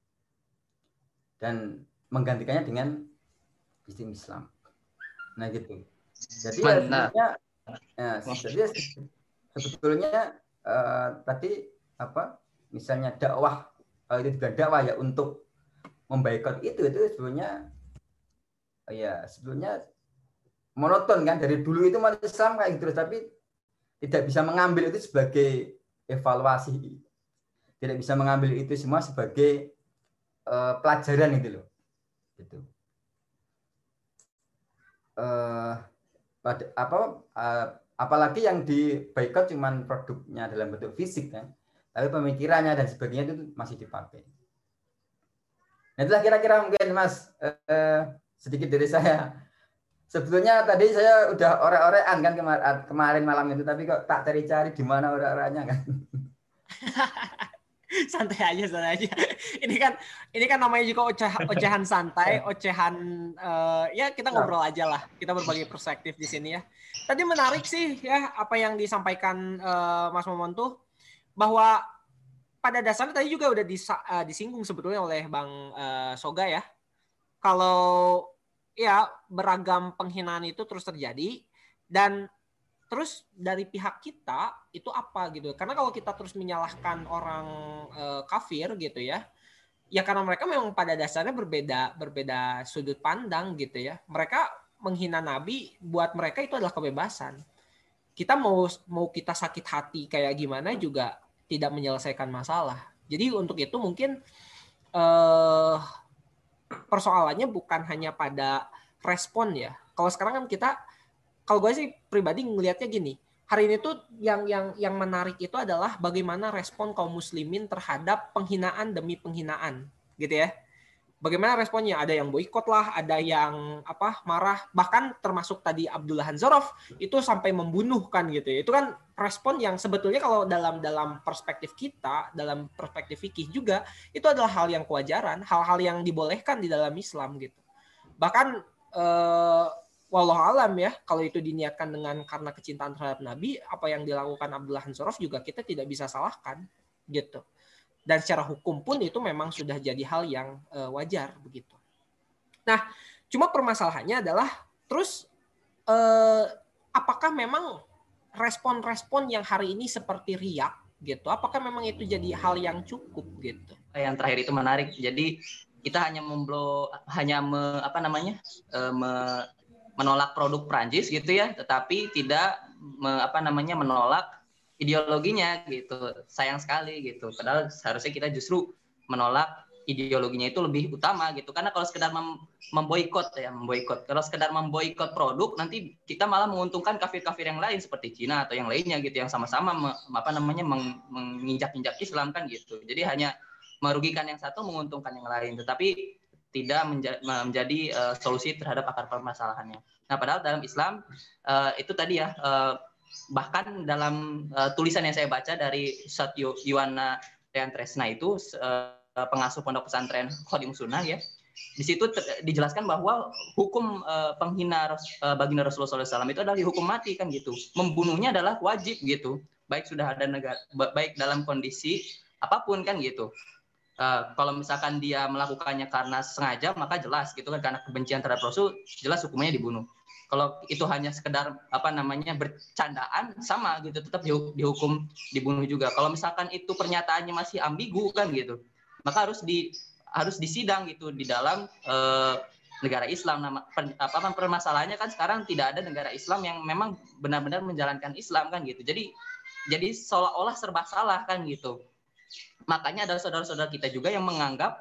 dan menggantikannya dengan sistem Islam. Nah gitu. Jadi ya, sebenarnya, ya, jadi sebetulnya uh, tadi apa? Misalnya dakwah, kalau itu juga dakwah ya untuk memboikot itu itu sebenarnya ya sebetulnya monoton kan dari dulu itu umat Islam kayak gitu tapi tidak bisa mengambil itu sebagai evaluasi, tidak bisa mengambil itu semua sebagai uh, pelajaran itu loh, gitu. Uh, pada apa uh, apalagi yang di boikot cuman produknya dalam bentuk fisik kan, tapi pemikirannya dan sebagainya itu masih dipakai. Nah itulah kira-kira mungkin Mas uh, sedikit dari saya. Sebetulnya tadi saya udah ore-orean kan kemar kemarin malam itu, tapi kok tak cari-cari di mana ore-oreannya kan. Santai aja, santai aja. Ini kan ini kan namanya juga oceh, ocehan santai, ocehan uh, ya kita ngobrol aja lah. Kita berbagi perspektif di sini ya. Tadi menarik sih ya apa yang disampaikan uh, Mas Momon tuh, bahwa pada dasarnya tadi juga udah disa, uh, disinggung sebetulnya oleh Bang uh, Soga ya. Kalau ya beragam penghinaan itu terus terjadi dan terus dari pihak kita itu apa gitu, karena kalau kita terus menyalahkan orang e, kafir gitu ya ya karena mereka memang pada dasarnya berbeda berbeda sudut pandang gitu ya. Mereka menghina Nabi, buat mereka itu adalah kebebasan. Kita mau mau kita sakit hati kayak gimana juga tidak menyelesaikan masalah. Jadi untuk itu mungkin eh persoalannya bukan hanya pada respon ya. Kalau sekarang kan kita, kalau gue sih pribadi ngelihatnya gini, hari ini tuh yang yang yang menarik itu adalah bagaimana respon kaum muslimin terhadap penghinaan demi penghinaan, gitu ya. Bagaimana responnya? Ada yang boikot lah, ada yang apa marah, bahkan termasuk tadi Abdullah Hanzarov itu sampai membunuh kan gitu ya. Itu kan respon yang sebetulnya kalau dalam dalam perspektif kita, dalam perspektif fikih juga itu adalah hal yang kewajaran, hal-hal yang dibolehkan di dalam Islam gitu. Bahkan eh, wallahu alam ya, kalau itu diniatkan dengan karena kecintaan terhadap Nabi, apa yang dilakukan Abdullah Hanzarov juga kita tidak bisa salahkan gitu. Dan secara hukum pun itu memang sudah jadi hal yang uh, wajar begitu. Nah, cuma permasalahannya adalah terus uh, apakah memang respon-respon yang hari ini seperti riak gitu, apakah memang itu jadi hal yang cukup gitu? Yang terakhir itu menarik. Jadi kita hanya memblo hanya me, apa namanya uh, me, menolak produk Prancis gitu ya, tetapi tidak me, apa namanya menolak ideologinya gitu. Sayang sekali gitu. Padahal seharusnya kita justru menolak ideologinya itu lebih utama gitu. Karena kalau sekedar mem memboikot ya, memboikot. Kalau sekedar memboikot produk, nanti kita malah menguntungkan kafir-kafir yang lain seperti Cina atau yang lainnya gitu, yang sama-sama apa namanya meng menginjak-injak Islam kan gitu. Jadi hanya merugikan yang satu, menguntungkan yang lain. Tetapi tidak menja- menjadi uh, solusi terhadap akar permasalahannya. Nah, padahal dalam Islam uh, itu tadi ya, uh, bahkan dalam uh, tulisan yang saya baca dari Ustadz Yuwana Tresna itu uh, pengasuh pondok pesantren Khodim Sunnah ya, di situ ter- dijelaskan bahwa hukum uh, penghina uh, baginda Rasulullah shallallahu alaihi wasallam itu adalah dihukum mati kan gitu. Membunuhnya adalah wajib gitu, baik sudah ada negara, baik dalam kondisi apapun kan gitu. Uh, kalau misalkan dia melakukannya karena sengaja, maka jelas gitu kan, karena kebencian terhadap Rasul, jelas hukumannya dibunuh. Kalau itu hanya sekedar apa namanya bercandaan, sama gitu, tetap dihukum dibunuh juga. Kalau misalkan itu pernyataannya masih ambigu kan gitu, maka harus di harus disidang gitu di dalam uh, negara Islam. Nama per, apa permasalahannya kan sekarang tidak ada negara Islam yang memang benar-benar menjalankan Islam kan gitu. Jadi jadi seolah-olah serba salah kan gitu. Makanya ada saudara-saudara kita juga yang menganggap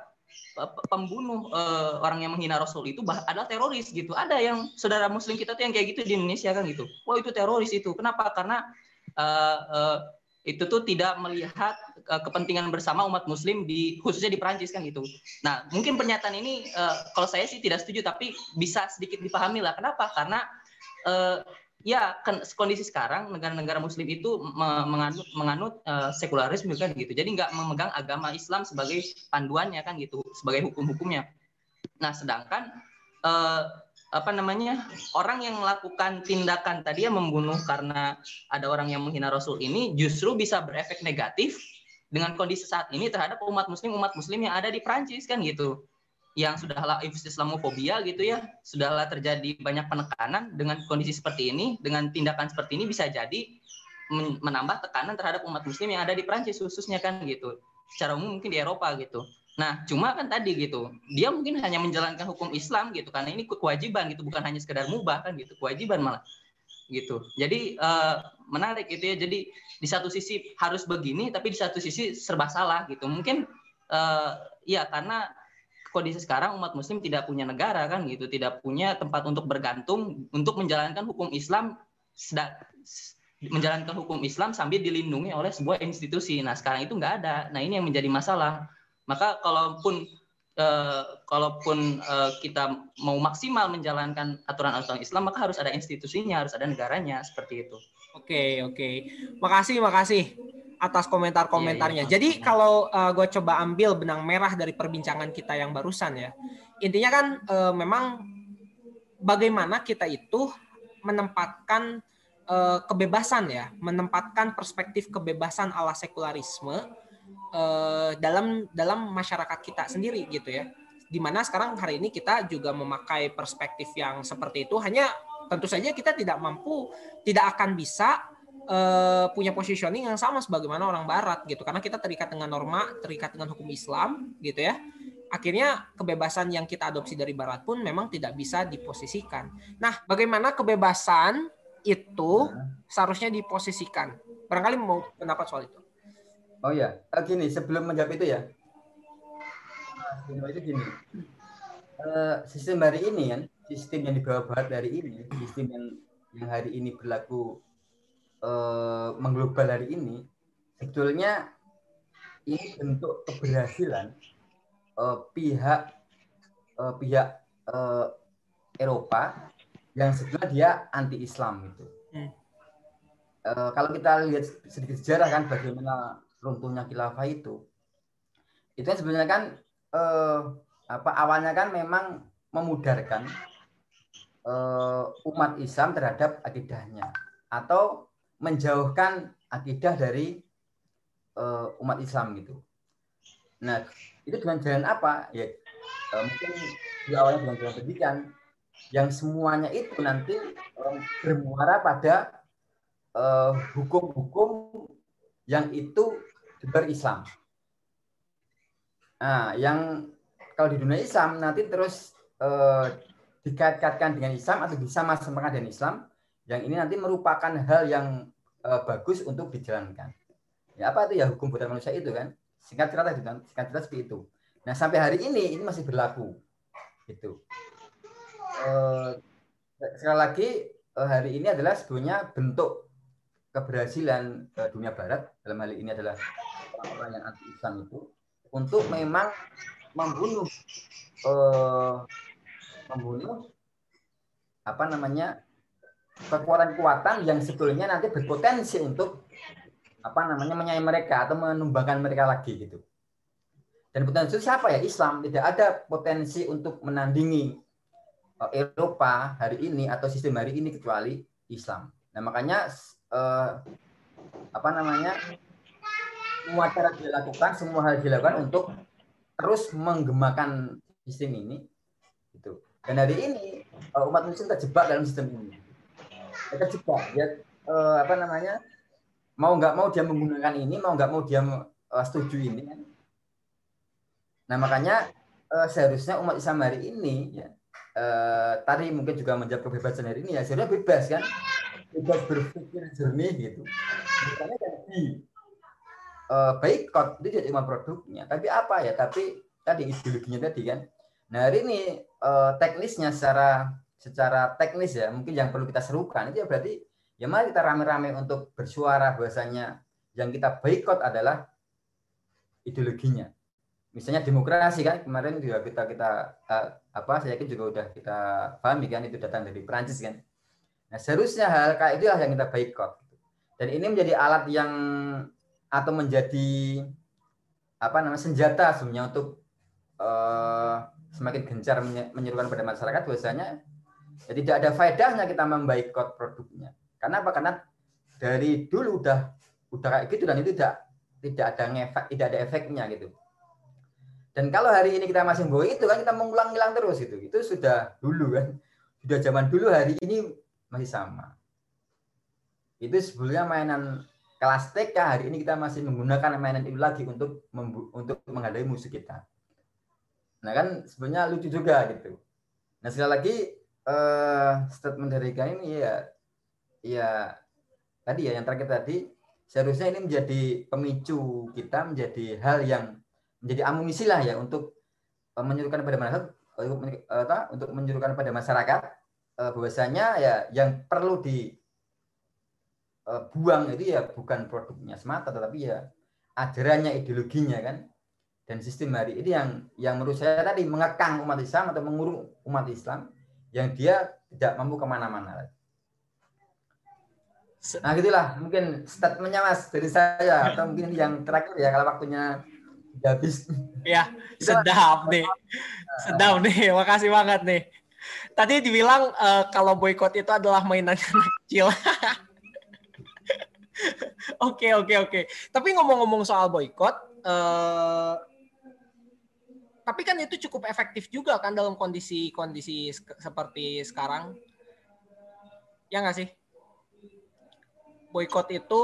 pembunuh uh, orang yang menghina Rasul itu bah- adalah teroris gitu. Ada yang saudara Muslim kita tuh yang kayak gitu di Indonesia kan gitu. Wah itu teroris itu. Kenapa? Karena uh, uh, itu tuh tidak melihat uh, kepentingan bersama umat Muslim di khususnya di Perancis kan gitu. Nah mungkin pernyataan ini uh, kalau saya sih tidak setuju, tapi bisa sedikit dipahami lah. Kenapa? Karena uh, ya kondisi sekarang negara-negara Muslim itu menganut, menganut uh, sekularisme kan gitu. Jadi nggak memegang agama Islam sebagai panduannya kan gitu, sebagai hukum-hukumnya. Nah sedangkan uh, apa namanya orang yang melakukan tindakan tadi yang membunuh karena ada orang yang menghina Rasul ini justru bisa berefek negatif dengan kondisi saat ini terhadap umat Muslim umat Muslim yang ada di Prancis kan gitu. Yang sudahlah Islamofobia gitu ya, sudahlah terjadi banyak penekanan. Dengan kondisi seperti ini, dengan tindakan seperti ini bisa jadi menambah tekanan terhadap umat Muslim yang ada di Prancis khususnya kan gitu, secara umum mungkin di Eropa gitu. Nah cuma kan tadi gitu, dia mungkin hanya menjalankan hukum Islam gitu, karena ini kewajiban gitu, bukan hanya sekedar mubah kan gitu, kewajiban malah gitu. Jadi uh, menarik gitu ya. Jadi di satu sisi harus begini, tapi di satu sisi serba salah gitu. Mungkin uh, ya karena kondisi sekarang umat Muslim tidak punya negara kan gitu, tidak punya tempat untuk bergantung untuk menjalankan hukum Islam, menjalankan hukum Islam sambil dilindungi oleh sebuah institusi. Nah sekarang itu nggak ada. Nah ini yang menjadi masalah. Maka kalaupun eh, kalaupun eh, kita mau maksimal menjalankan aturan-aturan Islam, maka harus ada institusinya, harus ada negaranya, seperti itu. Oke oke, makasih makasih atas komentar-komentarnya. Iya, iya. Jadi kalau uh, gue coba ambil benang merah dari perbincangan kita yang barusan ya, intinya kan uh, memang bagaimana kita itu menempatkan uh, kebebasan ya, menempatkan perspektif kebebasan ala sekularisme uh, dalam dalam masyarakat kita sendiri gitu ya. Dimana sekarang hari ini kita juga memakai perspektif yang seperti itu, hanya tentu saja kita tidak mampu, tidak akan bisa Uh, punya positioning yang sama sebagaimana orang Barat gitu, karena kita terikat dengan norma, terikat dengan hukum Islam gitu ya. Akhirnya kebebasan yang kita adopsi dari Barat pun memang tidak bisa diposisikan. Nah, bagaimana kebebasan itu seharusnya diposisikan? Barangkali mau pendapat soal itu. Oh ya, gini sebelum menjawab itu ya, nah, itu gini, uh, sistem hari ini kan, sistem yang dibawa Barat hari ini, sistem yang yang hari ini berlaku Uh, mengglobal hari ini, sebetulnya ini bentuk keberhasilan uh, pihak uh, pihak uh, Eropa yang sebetulnya dia anti Islam gitu. Hmm. Uh, kalau kita lihat sedikit sejarah kan bagaimana runtuhnya khilafah itu, itu kan sebenarnya kan uh, apa awalnya kan memang memudarkan uh, umat Islam terhadap akidahnya atau menjauhkan akidah dari uh, umat Islam gitu. Nah, itu dengan jalan apa? Ya uh, mungkin di awalnya dengan jalan pendidikan yang semuanya itu nanti um, bermuara pada hukum-hukum uh, yang itu berislam. Nah, yang kalau di dunia Islam nanti terus uh, dikait-kaitkan dengan Islam atau bisa masuk-masuk dengan Islam, yang ini nanti merupakan hal yang uh, bagus untuk dijalankan. Ya apa itu ya hukum buatan manusia itu kan? Singkat cerita itu kan, singkat cerita seperti itu. Nah sampai hari ini ini masih berlaku, gitu. Uh, sekali lagi uh, hari ini adalah sebetulnya bentuk keberhasilan uh, dunia Barat dalam hal ini adalah orang-orang yang anti Islam itu untuk memang membunuh eh, membunuh apa namanya kekuatan-kekuatan yang sebetulnya nanti berpotensi untuk apa namanya menyayai mereka atau menumbangkan mereka lagi gitu. Dan potensi siapa ya? Islam. Tidak ada potensi untuk menandingi uh, Eropa hari ini atau sistem hari ini kecuali Islam. Nah makanya uh, apa namanya semua cara dilakukan, semua hal dilakukan untuk terus menggemakan sistem ini. Gitu. Dan hari ini uh, umat Muslim terjebak dalam sistem ini. Ya, terjebak. Ya uh, apa namanya mau nggak mau dia menggunakan ini, mau nggak mau dia uh, setuju ini. Nah makanya uh, seharusnya umat Islam hari ini, ya, uh, tadi mungkin juga menjawab kebebasan hari ini ya, seharusnya bebas kan, bebas berpikir jernih gitu. Misalnya jadi uh, boikot itu jadi cuma produknya, tapi apa ya? Tapi tadi ideologinya tadi kan. Nah hari ini uh, teknisnya secara secara teknis ya, mungkin yang perlu kita serukan itu ya berarti ya mari kita rame-rame untuk bersuara bahwasanya yang kita boikot adalah ideologinya. Misalnya demokrasi kan kemarin juga kita kita uh, apa saya yakin juga udah kita pahami kan itu datang dari Perancis kan. Nah seharusnya hal kayak itulah yang kita boikot. Dan ini menjadi alat yang atau menjadi apa namanya senjata sebenarnya untuk uh, semakin gencar menyerukan pada masyarakat bahwasanya ya tidak ada faedahnya kita memboikot produknya. Karena apa? Karena dari dulu udah udah kayak gitu dan itu tidak tidak ada ngefek, tidak ada efeknya gitu. Dan kalau hari ini kita masih membawa itu kan kita mengulang-ulang terus itu. Itu sudah dulu kan. Sudah zaman dulu, hari ini masih sama. Itu sebetulnya mainan kelas T K, hari ini kita masih menggunakan mainan itu lagi untuk untuk menghadapi musuh kita. Nah kan sebenarnya lucu juga gitu. Nah sekali lagi eh, statement dari Kak ini ya ya tadi ya yang terakhir tadi seharusnya ini menjadi pemicu kita, menjadi hal yang menjadi amunisi lah ya untuk uh, menyuruhkan pada masyarakat uh, uh, untuk menyuruhkan pada masyarakat uh, bahwasanya ya yang perlu dibuang uh, itu ya bukan produknya semata tetapi ya ajarannya, ideologinya kan. Dan sistem hari ini yang yang menurut saya tadi mengekang umat Islam atau mengurung umat Islam yang dia tidak mampu kemana-mana. Nah gitulah mungkin statementnya Mas dari saya atau mungkin yang terakhir ya kalau waktunya habis. Ya, sedap nih. Sedap nih. Makasih banget nih. Tadi dibilang uh, kalau boykot itu adalah mainan anak kecil. Oke, oke, oke. Tapi ngomong-ngomong soal boykot, uh, tapi kan itu cukup efektif juga kan dalam kondisi-kondisi seperti sekarang. Ya nggak sih? Boykot itu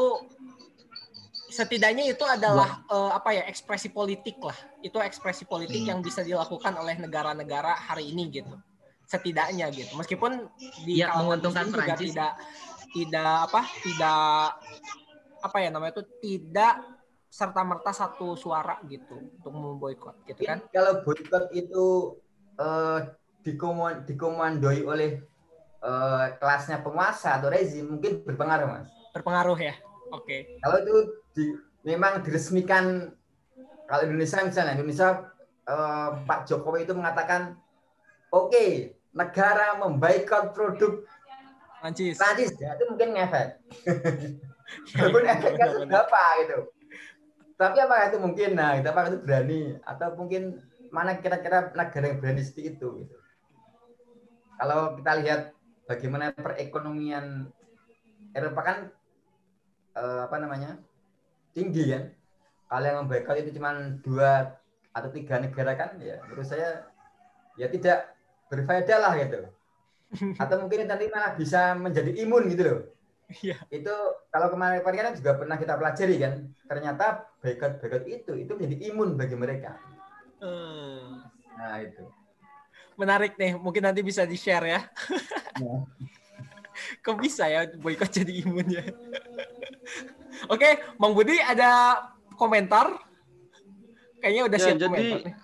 setidaknya itu adalah uh, apa ya ekspresi politik lah. Itu ekspresi politik yang bisa dilakukan oleh negara-negara hari ini gitu. Setidaknya gitu. Meskipun di ya, menguntungkan juga tidak tidak apa tidak apa ya namanya itu tidak serta-merta satu suara gitu untuk memboikot gitu kan. Kalau boikot itu uh, dikomand, dikomandoi oleh uh, kelasnya penguasa atau rezim mungkin berpengaruh Mas. Berpengaruh ya. Oke. Okay. Kalau itu di, memang diresmikan, kalau Indonesia misalnya Indonesia eh, Pak Jokowi itu mengatakan, oke okay, negara memboikot produk Prancis, Prancis ya itu mungkin ngefek. Walaupun efeknya itu berapa gitu. Tapi apakah itu mungkin, nah kita apakah itu berani atau mungkin mana kira-kira negara yang berani seperti itu gitu. Kalau kita lihat bagaimana perekonomian Eropa kan Uh, apa namanya tinggi kan, kalau yang memboikot itu cuma dua atau tiga negara kan ya menurut saya ya tidak berfaedah lah gitu. Atau mungkin nanti malah bisa menjadi imun gitu loh. Yeah. Itu kalau kemarin-kemarin kan juga pernah kita pelajari kan, ternyata boikot-boikot itu itu menjadi imun bagi mereka. Hmm. Nah itu menarik nih, mungkin nanti bisa di share ya. Nah. Kok bisa ya boikot jadi imun ya? Oke, Bang Budi ada komentar? Kayaknya udah ya, siap jadi, komentar nih.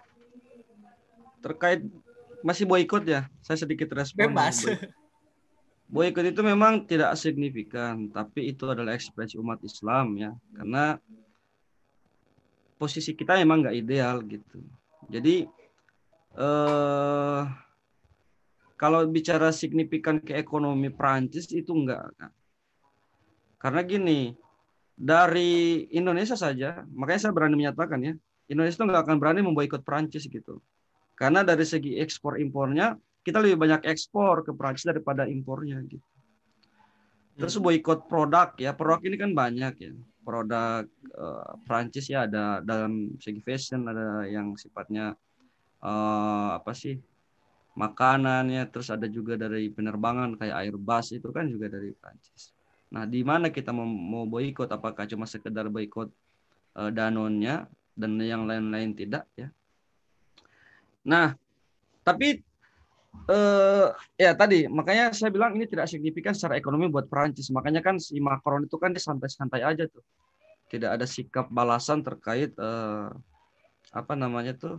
Terkait masih boikot ya, saya sedikit respon. Bebas. Boikot itu memang tidak signifikan, tapi itu adalah ekspresi umat Islam ya, karena posisi kita memang nggak ideal gitu. Jadi eh, kalau bicara signifikan ke ekonomi Prancis itu enggak. Karena gini, dari Indonesia saja, makanya saya berani menyatakan ya, Indonesia itu nggak akan berani memboikot Prancis gitu. Karena dari segi ekspor impornya, kita lebih banyak ekspor ke Prancis daripada impornya gitu. Terus boikot produk ya, produk ini kan banyak ya. Produk uh, Prancis ya ada dalam segi fashion, ada yang sifatnya uh, apa sih? Makanan ya, terus ada juga dari penerbangan kayak Airbus itu kan juga dari Prancis. Nah, di mana kita mau, mau boikot? Apakah cuma sekedar boikot uh, Danone-nya dan yang lain-lain tidak ya? Nah, tapi uh, ya tadi makanya saya bilang ini tidak signifikan secara ekonomi buat Prancis. Makanya kan si Macron itu kan dia santai-santai aja tuh, tidak ada sikap balasan terkait uh, apa namanya tuh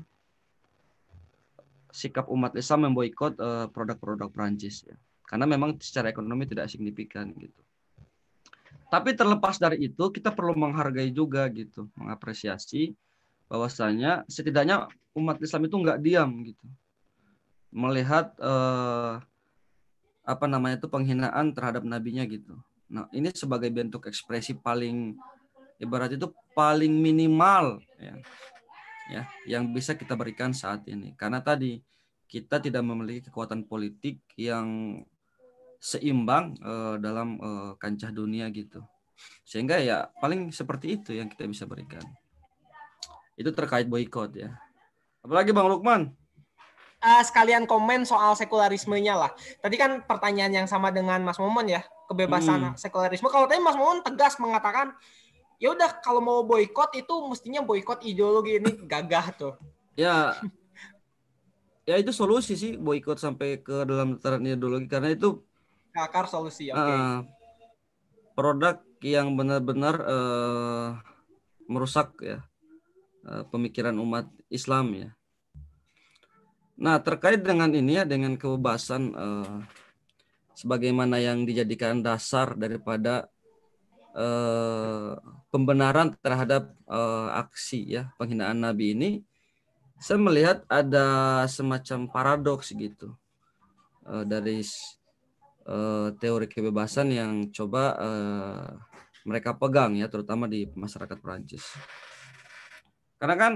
sikap umat Islam memboikot uh, produk-produk Prancis ya. Karena memang secara ekonomi tidak signifikan gitu. Tapi terlepas dari itu, kita perlu menghargai juga gitu, mengapresiasi bahwasanya setidaknya umat Islam itu nggak diam gitu, melihat eh, apa namanya itu penghinaan terhadap nabinya gitu. Nah ini sebagai bentuk ekspresi paling ibarat itu paling minimal ya, ya yang bisa kita berikan saat ini. Karena tadi kita tidak memiliki kekuatan politik yang seimbang uh, dalam uh, kancah dunia gitu. Sehingga ya paling seperti itu yang kita bisa berikan. Itu terkait boikot ya. Apalagi Bang Lukman? Uh, sekalian komen soal sekularismenya lah. Tadi kan pertanyaan yang sama dengan Mas Momon ya, kebebasan hmm. sekularisme. Kalau tadi Mas Momon tegas mengatakan, ya udah kalau mau boikot itu mestinya boikot ideologi, ini gagah tuh. Ya, ya itu solusi sih boikot sampai ke dalam tataran ideologi karena itu akar solusi. Oke. Okay. Uh, produk yang benar-benar uh, merusak ya uh, pemikiran umat Islam ya. Nah terkait dengan ini ya dengan kebebasan uh, sebagaimana yang dijadikan dasar daripada uh, pembenaran terhadap uh, aksi ya penghinaan Nabi ini, saya melihat ada semacam paradoks gitu uh, dari uh, teori kebebasan yang coba uh, mereka pegang ya terutama di masyarakat Perancis. Karena kan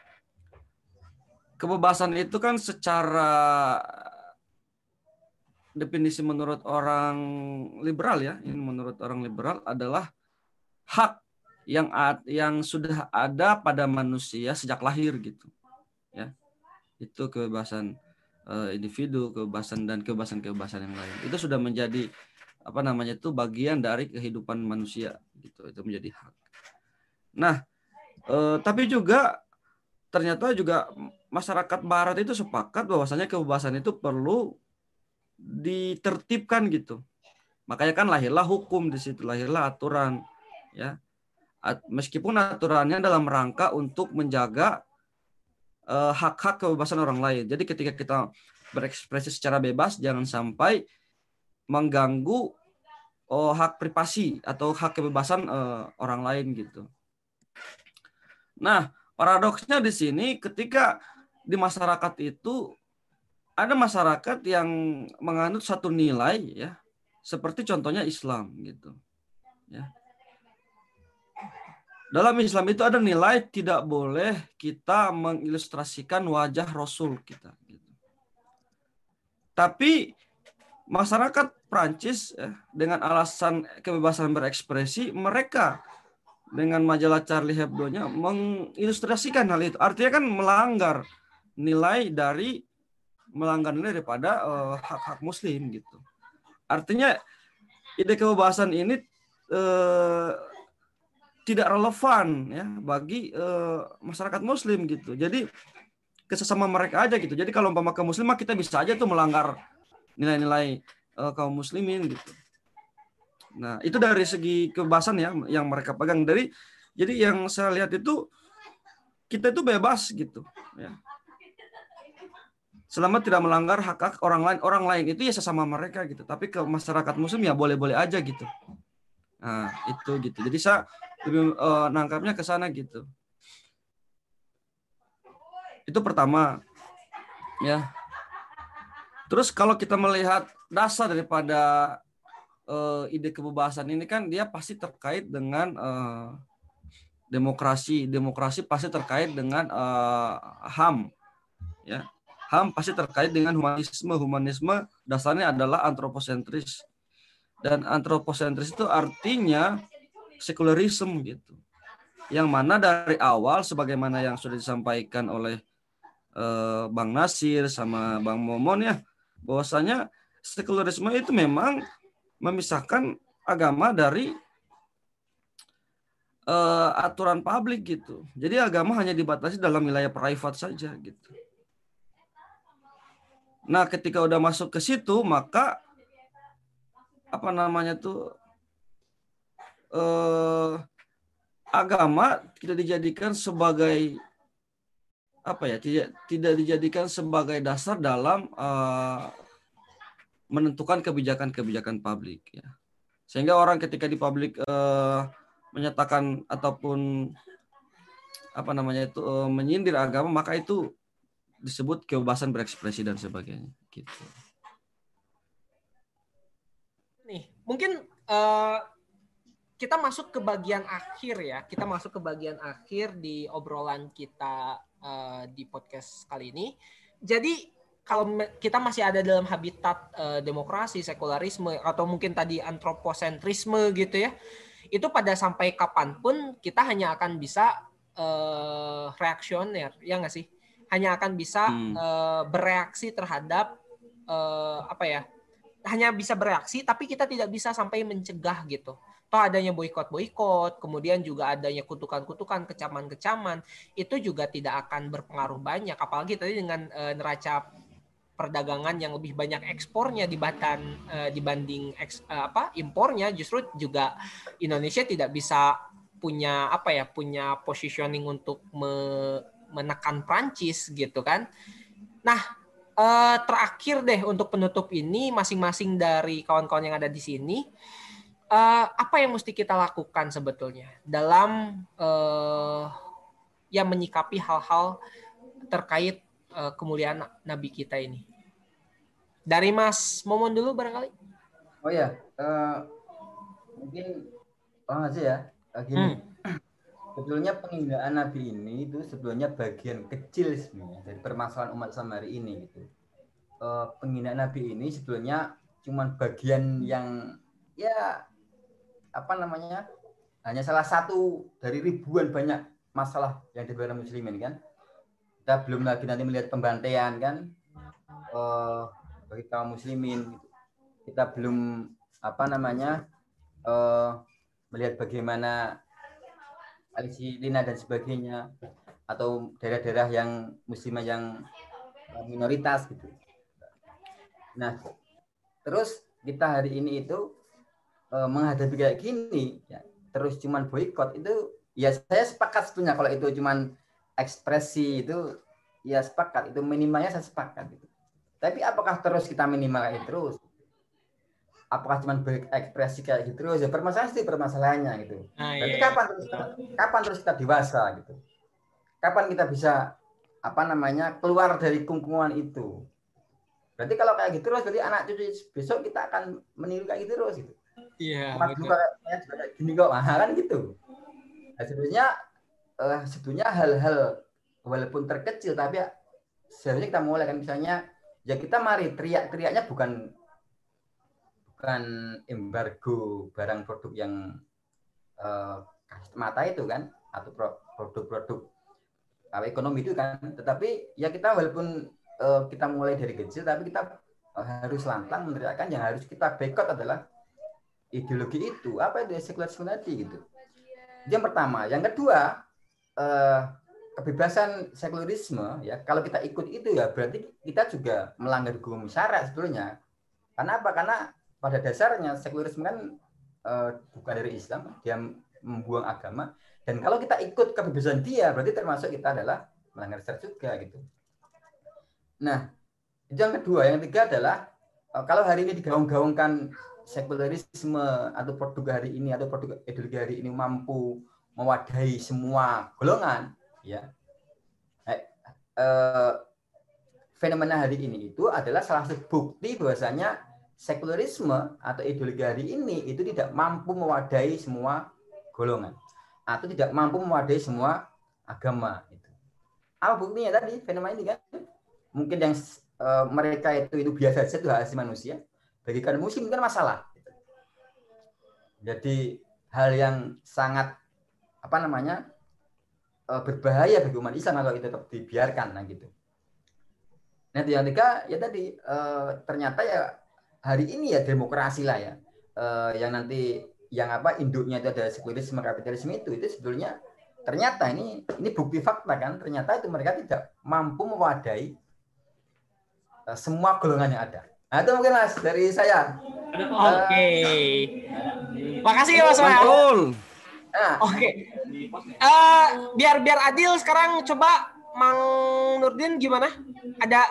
kebebasan itu kan secara definisi menurut orang liberal ya, ini menurut orang liberal adalah hak yang ad, yang sudah ada pada manusia sejak lahir gitu. Ya. Itu kebebasan uh, individu, kebebasan dan kebebasan-kebebasan yang lain. Itu sudah menjadi apa namanya itu bagian dari kehidupan manusia gitu. Itu menjadi hak. Nah, uh, tapi juga ternyata juga masyarakat barat itu sepakat bahwasanya kebebasan itu perlu ditertibkan gitu. Makanya kan lahirlah hukum di situ, lahirlah aturan ya. Meskipun aturannya dalam rangka untuk menjaga uh, hak-hak kebebasan orang lain. Jadi ketika kita berekspresi secara bebas jangan sampai mengganggu oh, hak privasi atau hak kebebasan uh, orang lain gitu. Nah, paradoksnya di sini ketika di masyarakat itu ada masyarakat yang menganut satu nilai ya, seperti contohnya Islam gitu. Ya. Dalam Islam itu ada nilai tidak boleh kita mengilustrasikan wajah Rasul kita. Gitu. Tapi masyarakat Prancis ya, dengan alasan kebebasan berekspresi mereka dengan majalah Charlie Hebdo-nya mengilustrasikan hal itu. Artinya kan melanggar nilai dari melanggar nilai daripada uh, hak-hak Muslim gitu. Artinya ide kebebasan ini uh, tidak relevan ya bagi uh, masyarakat Muslim gitu. Jadi kesesama mereka aja gitu. Jadi kalau umpama kaum Muslim kita bisa aja tuh melanggar nilai-nilai uh, kaum Muslimin gitu. Nah, itu dari segi kebebasan ya yang mereka pegang dari jadi yang saya lihat itu kita itu bebas gitu ya. Selama tidak melanggar hak-hak orang lain, orang lain itu ya sesama mereka gitu. Tapi ke masyarakat Muslim ya boleh-boleh aja gitu. Nah, itu gitu. Jadi saya lebih uh, nangkapnya ke sana gitu. Itu pertama, ya. Terus kalau kita melihat dasar daripada uh, ide kebebasan ini kan dia pasti terkait dengan uh, demokrasi. Demokrasi pasti terkait dengan uh, H A M, ya. H A M pasti terkait dengan humanisme. Humanisme dasarnya adalah antroposentris. Dan antroposentris itu artinya sekularisme gitu. Yang mana dari awal sebagaimana yang sudah disampaikan oleh uh, Bang Nasir sama Bang Momon ya, bahwasanya sekularisme itu memang memisahkan agama dari uh, aturan publik gitu. Jadi agama hanya dibatasi dalam wilayah private saja gitu. Nah, ketika udah masuk ke situ, maka apa namanya tuh uh, agama tidak dijadikan sebagai apa ya, tidak tidak dijadikan sebagai dasar dalam uh, menentukan kebijakan-kebijakan publik ya. Sehingga orang ketika di publik uh, menyatakan ataupun apa namanya itu uh, menyindir agama, maka itu disebut kebebasan berekspresi dan sebagainya gitu. Nih, mungkin uh, kita masuk ke bagian akhir ya. Kita masuk ke bagian akhir di obrolan kita uh, di podcast kali ini. Jadi kalau kita masih ada dalam habitat uh, demokrasi, sekularisme, atau mungkin tadi antroposentrisme gitu ya, itu pada sampai kapanpun kita hanya akan bisa uh, reaksioner, ya nggak sih? Hanya akan bisa hmm. uh, bereaksi terhadap uh, apa ya? Hanya bisa bereaksi, tapi kita tidak bisa sampai mencegah gitu. Toh adanya boikot-boikot, kemudian juga adanya kutukan-kutukan, kecaman-kecaman, itu juga tidak akan berpengaruh banyak. Apalagi tadi dengan uh, neraca perdagangan yang lebih banyak ekspornya dibanding uh, dibanding eks, uh, apa impornya, justru juga Indonesia tidak bisa punya apa ya punya positioning untuk me, menekan Prancis gitu kan. Nah, uh, terakhir deh untuk penutup ini, masing-masing dari kawan-kawan yang ada di sini, uh, apa yang mesti kita lakukan sebetulnya dalam uh, ya menyikapi hal-hal terkait uh, kemuliaan Nabi kita ini. Dari Mas Momon dulu barangkali. Oh ya, uh, mungkin orang aja ya. Uh, gini, hmm. sebetulnya penghinaan Nabi ini itu sebetulnya bagian kecil sebenarnya dari permasalahan umat Islam hari ini gitu. Uh, penghinaan Nabi ini sebetulnya cuma bagian yang ya apa namanya hanya salah satu dari ribuan banyak masalah yang diberikan muslimin kan. Kita belum lagi nanti melihat pembantaian kan. Uh, bagi kaum muslimin gitu. Kita belum apa namanya uh, melihat bagaimana Palestina dan sebagainya atau daerah-daerah yang muslimah yang minoritas gitu. Nah, terus kita hari ini itu uh, menghadapi kayak gini ya, terus cuman boikot itu ya saya sepakat sebetulnya kalau itu cuman ekspresi itu ya sepakat, itu minimalnya saya sepakat gitu. Tapi apakah terus kita minimal kayak terus? Apakah cuma berekspresi kayak gitu terus? Ya permasalahan sih permasalahannya gitu. Ah, Tapi iya. kapan terus kita, kapan terus kita dewasa gitu? Kapan kita bisa apa namanya keluar dari kungkungan itu? Berarti kalau kayak gitu terus, berarti anak cucu besok kita akan meniru kayak gitu terus gitu. Iya. Empat juga kayak kayak gini kok, nah, kan gitu. Nah, sebenarnya eh, sebetulnya hal-hal walaupun terkecil tapi ya, seharusnya kita mulai kan misalnya. Ya kita mari teriak-teriaknya bukan bukan embargo barang produk yang uh, mata itu kan atau produk-produk uh, ekonomi itu kan, tetapi ya kita walaupun uh, kita mulai dari kecil tapi kita uh, harus lantang meneriakkan yang harus kita boikot adalah ideologi itu, apa itu sekularisme tadi gitu. Yang pertama, yang kedua uh, kebebasan sekularisme ya kalau kita ikut itu ya berarti kita juga melanggar hukum syara sebetulnya. Karena apa? Karena pada dasarnya sekularisme kan uh, bukan dari Islam, dia membuang agama, dan kalau kita ikut kebebasan dia berarti termasuk kita adalah melanggar syara juga gitu. Nah, itu yang kedua. Yang ketiga adalah uh, kalau hari ini digaung-gaungkan sekularisme atau produk hari ini atau produk ideologi hari ini mampu mewadahi semua golongan ya, eh, eh, fenomena hari ini itu adalah salah satu bukti bahwasanya sekularisme atau ideologi hari ini itu tidak mampu mewadahi semua golongan atau tidak mampu mewadahi semua agama itu. Apa buktinya tadi fenomena ini kan? Mungkin yang uh, mereka itu itu biasa saja, itu hak asasi manusia. Bagi kaum muslim kan masalah. Jadi hal yang sangat apa namanya uh, berbahaya bagi umat Islam kalau itu tetap dibiarkan, nah gitu. Nah yang ketiga ya tadi uh, ternyata ya hari ini ya demokrasi lah ya, uh, yang nanti yang apa induknya itu ada sekularisme kapitalisme itu itu sebetulnya ternyata ini ini bukti fakta kan, ternyata itu mereka tidak mampu mewadahi uh, semua golongan yang ada. Nah itu mungkin Mas dari saya. Oke. Okay. Makasih ya Mas. Mantul. Nah. Oke. Okay. Uh, biar biar adil sekarang coba Mang Nurdin gimana? Ada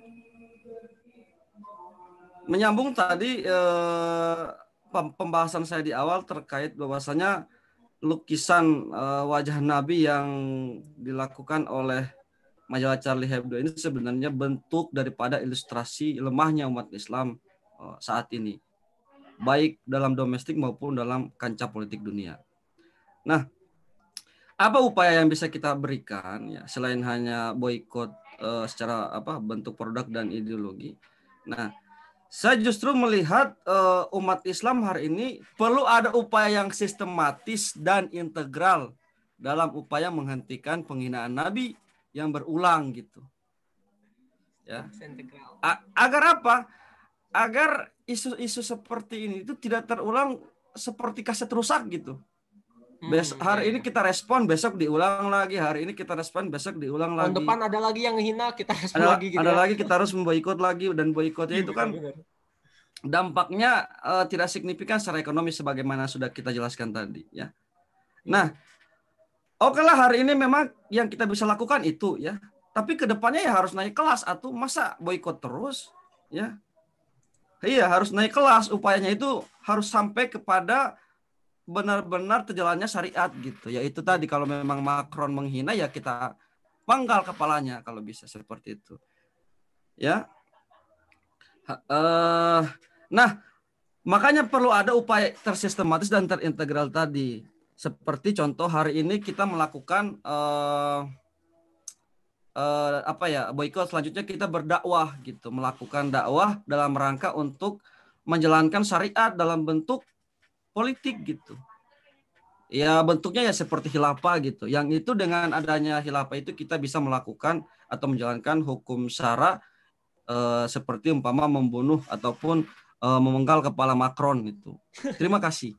menyambung tadi eh, pembahasan saya di awal terkait bahwasanya lukisan eh, wajah Nabi yang dilakukan oleh majalah Charlie Hebdo ini sebenarnya bentuk daripada ilustrasi lemahnya umat Islam eh, saat ini, baik dalam domestik maupun dalam kancah politik dunia. Nah, apa upaya yang bisa kita berikan ya selain hanya boikot uh, secara apa bentuk produk dan ideologi? Nah, saya justru melihat uh, umat Islam hari ini perlu ada upaya yang sistematis dan integral dalam upaya menghentikan penghinaan Nabi yang berulang gitu. Ya. A- agar apa? Agar isu-isu seperti ini itu tidak terulang seperti kaset rusak gitu. Bes- hari ini kita respon, besok diulang lagi. Hari ini kita respon, besok diulang lagi. Tahun depan ada lagi yang ngehina, kita respon ada, lagi. Gitu ada ya. lagi kita harus memboikot lagi, dan boikotnya itu kan dampaknya uh, tidak signifikan secara ekonomi sebagaimana sudah kita jelaskan tadi. Ya. Nah, oke lah hari ini memang yang kita bisa lakukan itu ya. Tapi kedepannya ya harus naik kelas atau masa boikot terus, ya. Iya harus naik kelas. Upayanya itu harus sampai kepada benar-benar terjalannya syariat gitu. Yaitu tadi kalau memang Macron menghina ya kita panggal kepalanya kalau bisa seperti itu. Ya. Uh, nah, makanya perlu ada upaya tersistematis dan terintegral tadi. Seperti contoh hari ini kita melakukan uh, uh, apa ya boikot, selanjutnya kita berdakwah gitu, melakukan dakwah dalam rangka untuk menjalankan syariat dalam bentuk politik gitu. Ya bentuknya ya seperti khilafah gitu. Yang itu dengan adanya khilafah itu kita bisa melakukan atau menjalankan hukum syara eh, seperti umpama membunuh ataupun eh, memenggal kepala Macron itu. Terima kasih.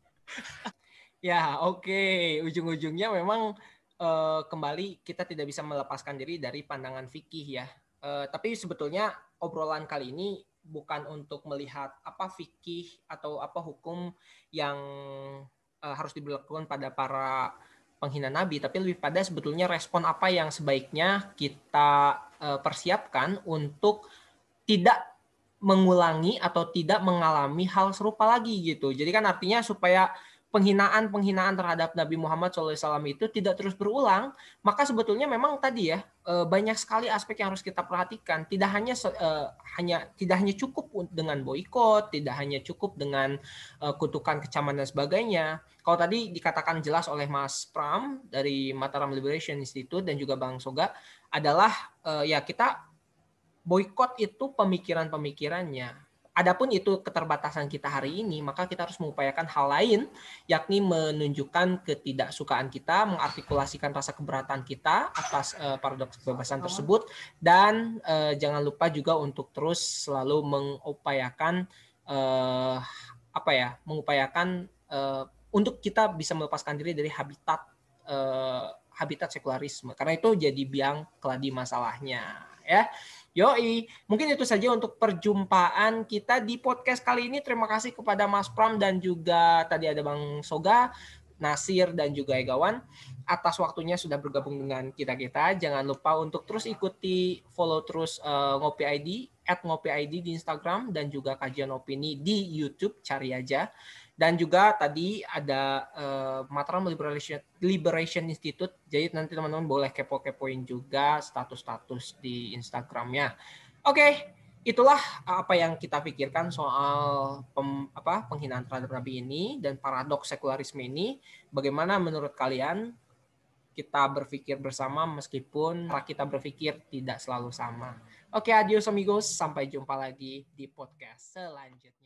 Ya oke, okay. Ujung-ujungnya memang eh, kembali kita tidak bisa melepaskan diri dari pandangan fikih ya. Eh, tapi sebetulnya obrolan kali ini bukan untuk melihat apa fikih atau apa hukum yang uh, harus diberlakukan pada para penghina Nabi, tapi lebih pada sebetulnya respon apa yang sebaiknya kita uh, persiapkan untuk tidak mengulangi atau tidak mengalami hal serupa lagi gitu. Jadi kan artinya supaya penghinaan-penghinaan terhadap Nabi Muhammad shallallahu alaihi wasallam itu tidak terus berulang, maka sebetulnya memang tadi ya banyak sekali aspek yang harus kita perhatikan. Tidak hanya uh, hanya tidak hanya cukup dengan boikot, tidak hanya cukup dengan uh, kutukan, kecaman dan sebagainya. Kalau tadi dikatakan jelas oleh Mas Pram dari Mataram Liberation Institute dan juga Bang Soga adalah uh, ya kita boikot itu pemikiran-pemikirannya. Adapun itu keterbatasan kita hari ini, maka kita harus mengupayakan hal lain, yakni menunjukkan ketidaksukaan kita, mengartikulasikan rasa keberatan kita atas uh, paradoks kebebasan tersebut, dan uh, jangan lupa juga untuk terus selalu mengupayakan uh, apa ya, mengupayakan uh, untuk kita bisa melepaskan diri dari habitat uh, habitat sekularisme, karena itu jadi biang keladi masalahnya, ya. Yoi, mungkin itu saja untuk perjumpaan kita di podcast kali ini. Terima kasih kepada Mas Pram dan juga tadi ada Bang Soga, Nasir dan juga Egawan atas waktunya sudah bergabung dengan kita-kita. Jangan lupa untuk terus ikuti, follow terus uh, Ngopi I D, at Ngopi I D di Instagram dan juga Kajian Opini di YouTube, cari aja. Dan juga tadi ada uh, Mataram Liberation, Liberation Institute. Jadi nanti teman-teman boleh kepo-kepoin juga status-status di Instagramnya. Oke, okay, itulah apa yang kita pikirkan soal pem, apa, penghinaan terhadap Nabi ini dan paradoks sekularisme ini. Bagaimana menurut kalian kita berpikir bersama meskipun kita berpikir tidak selalu sama. Oke, okay, adios amigos. Sampai jumpa lagi di podcast selanjutnya.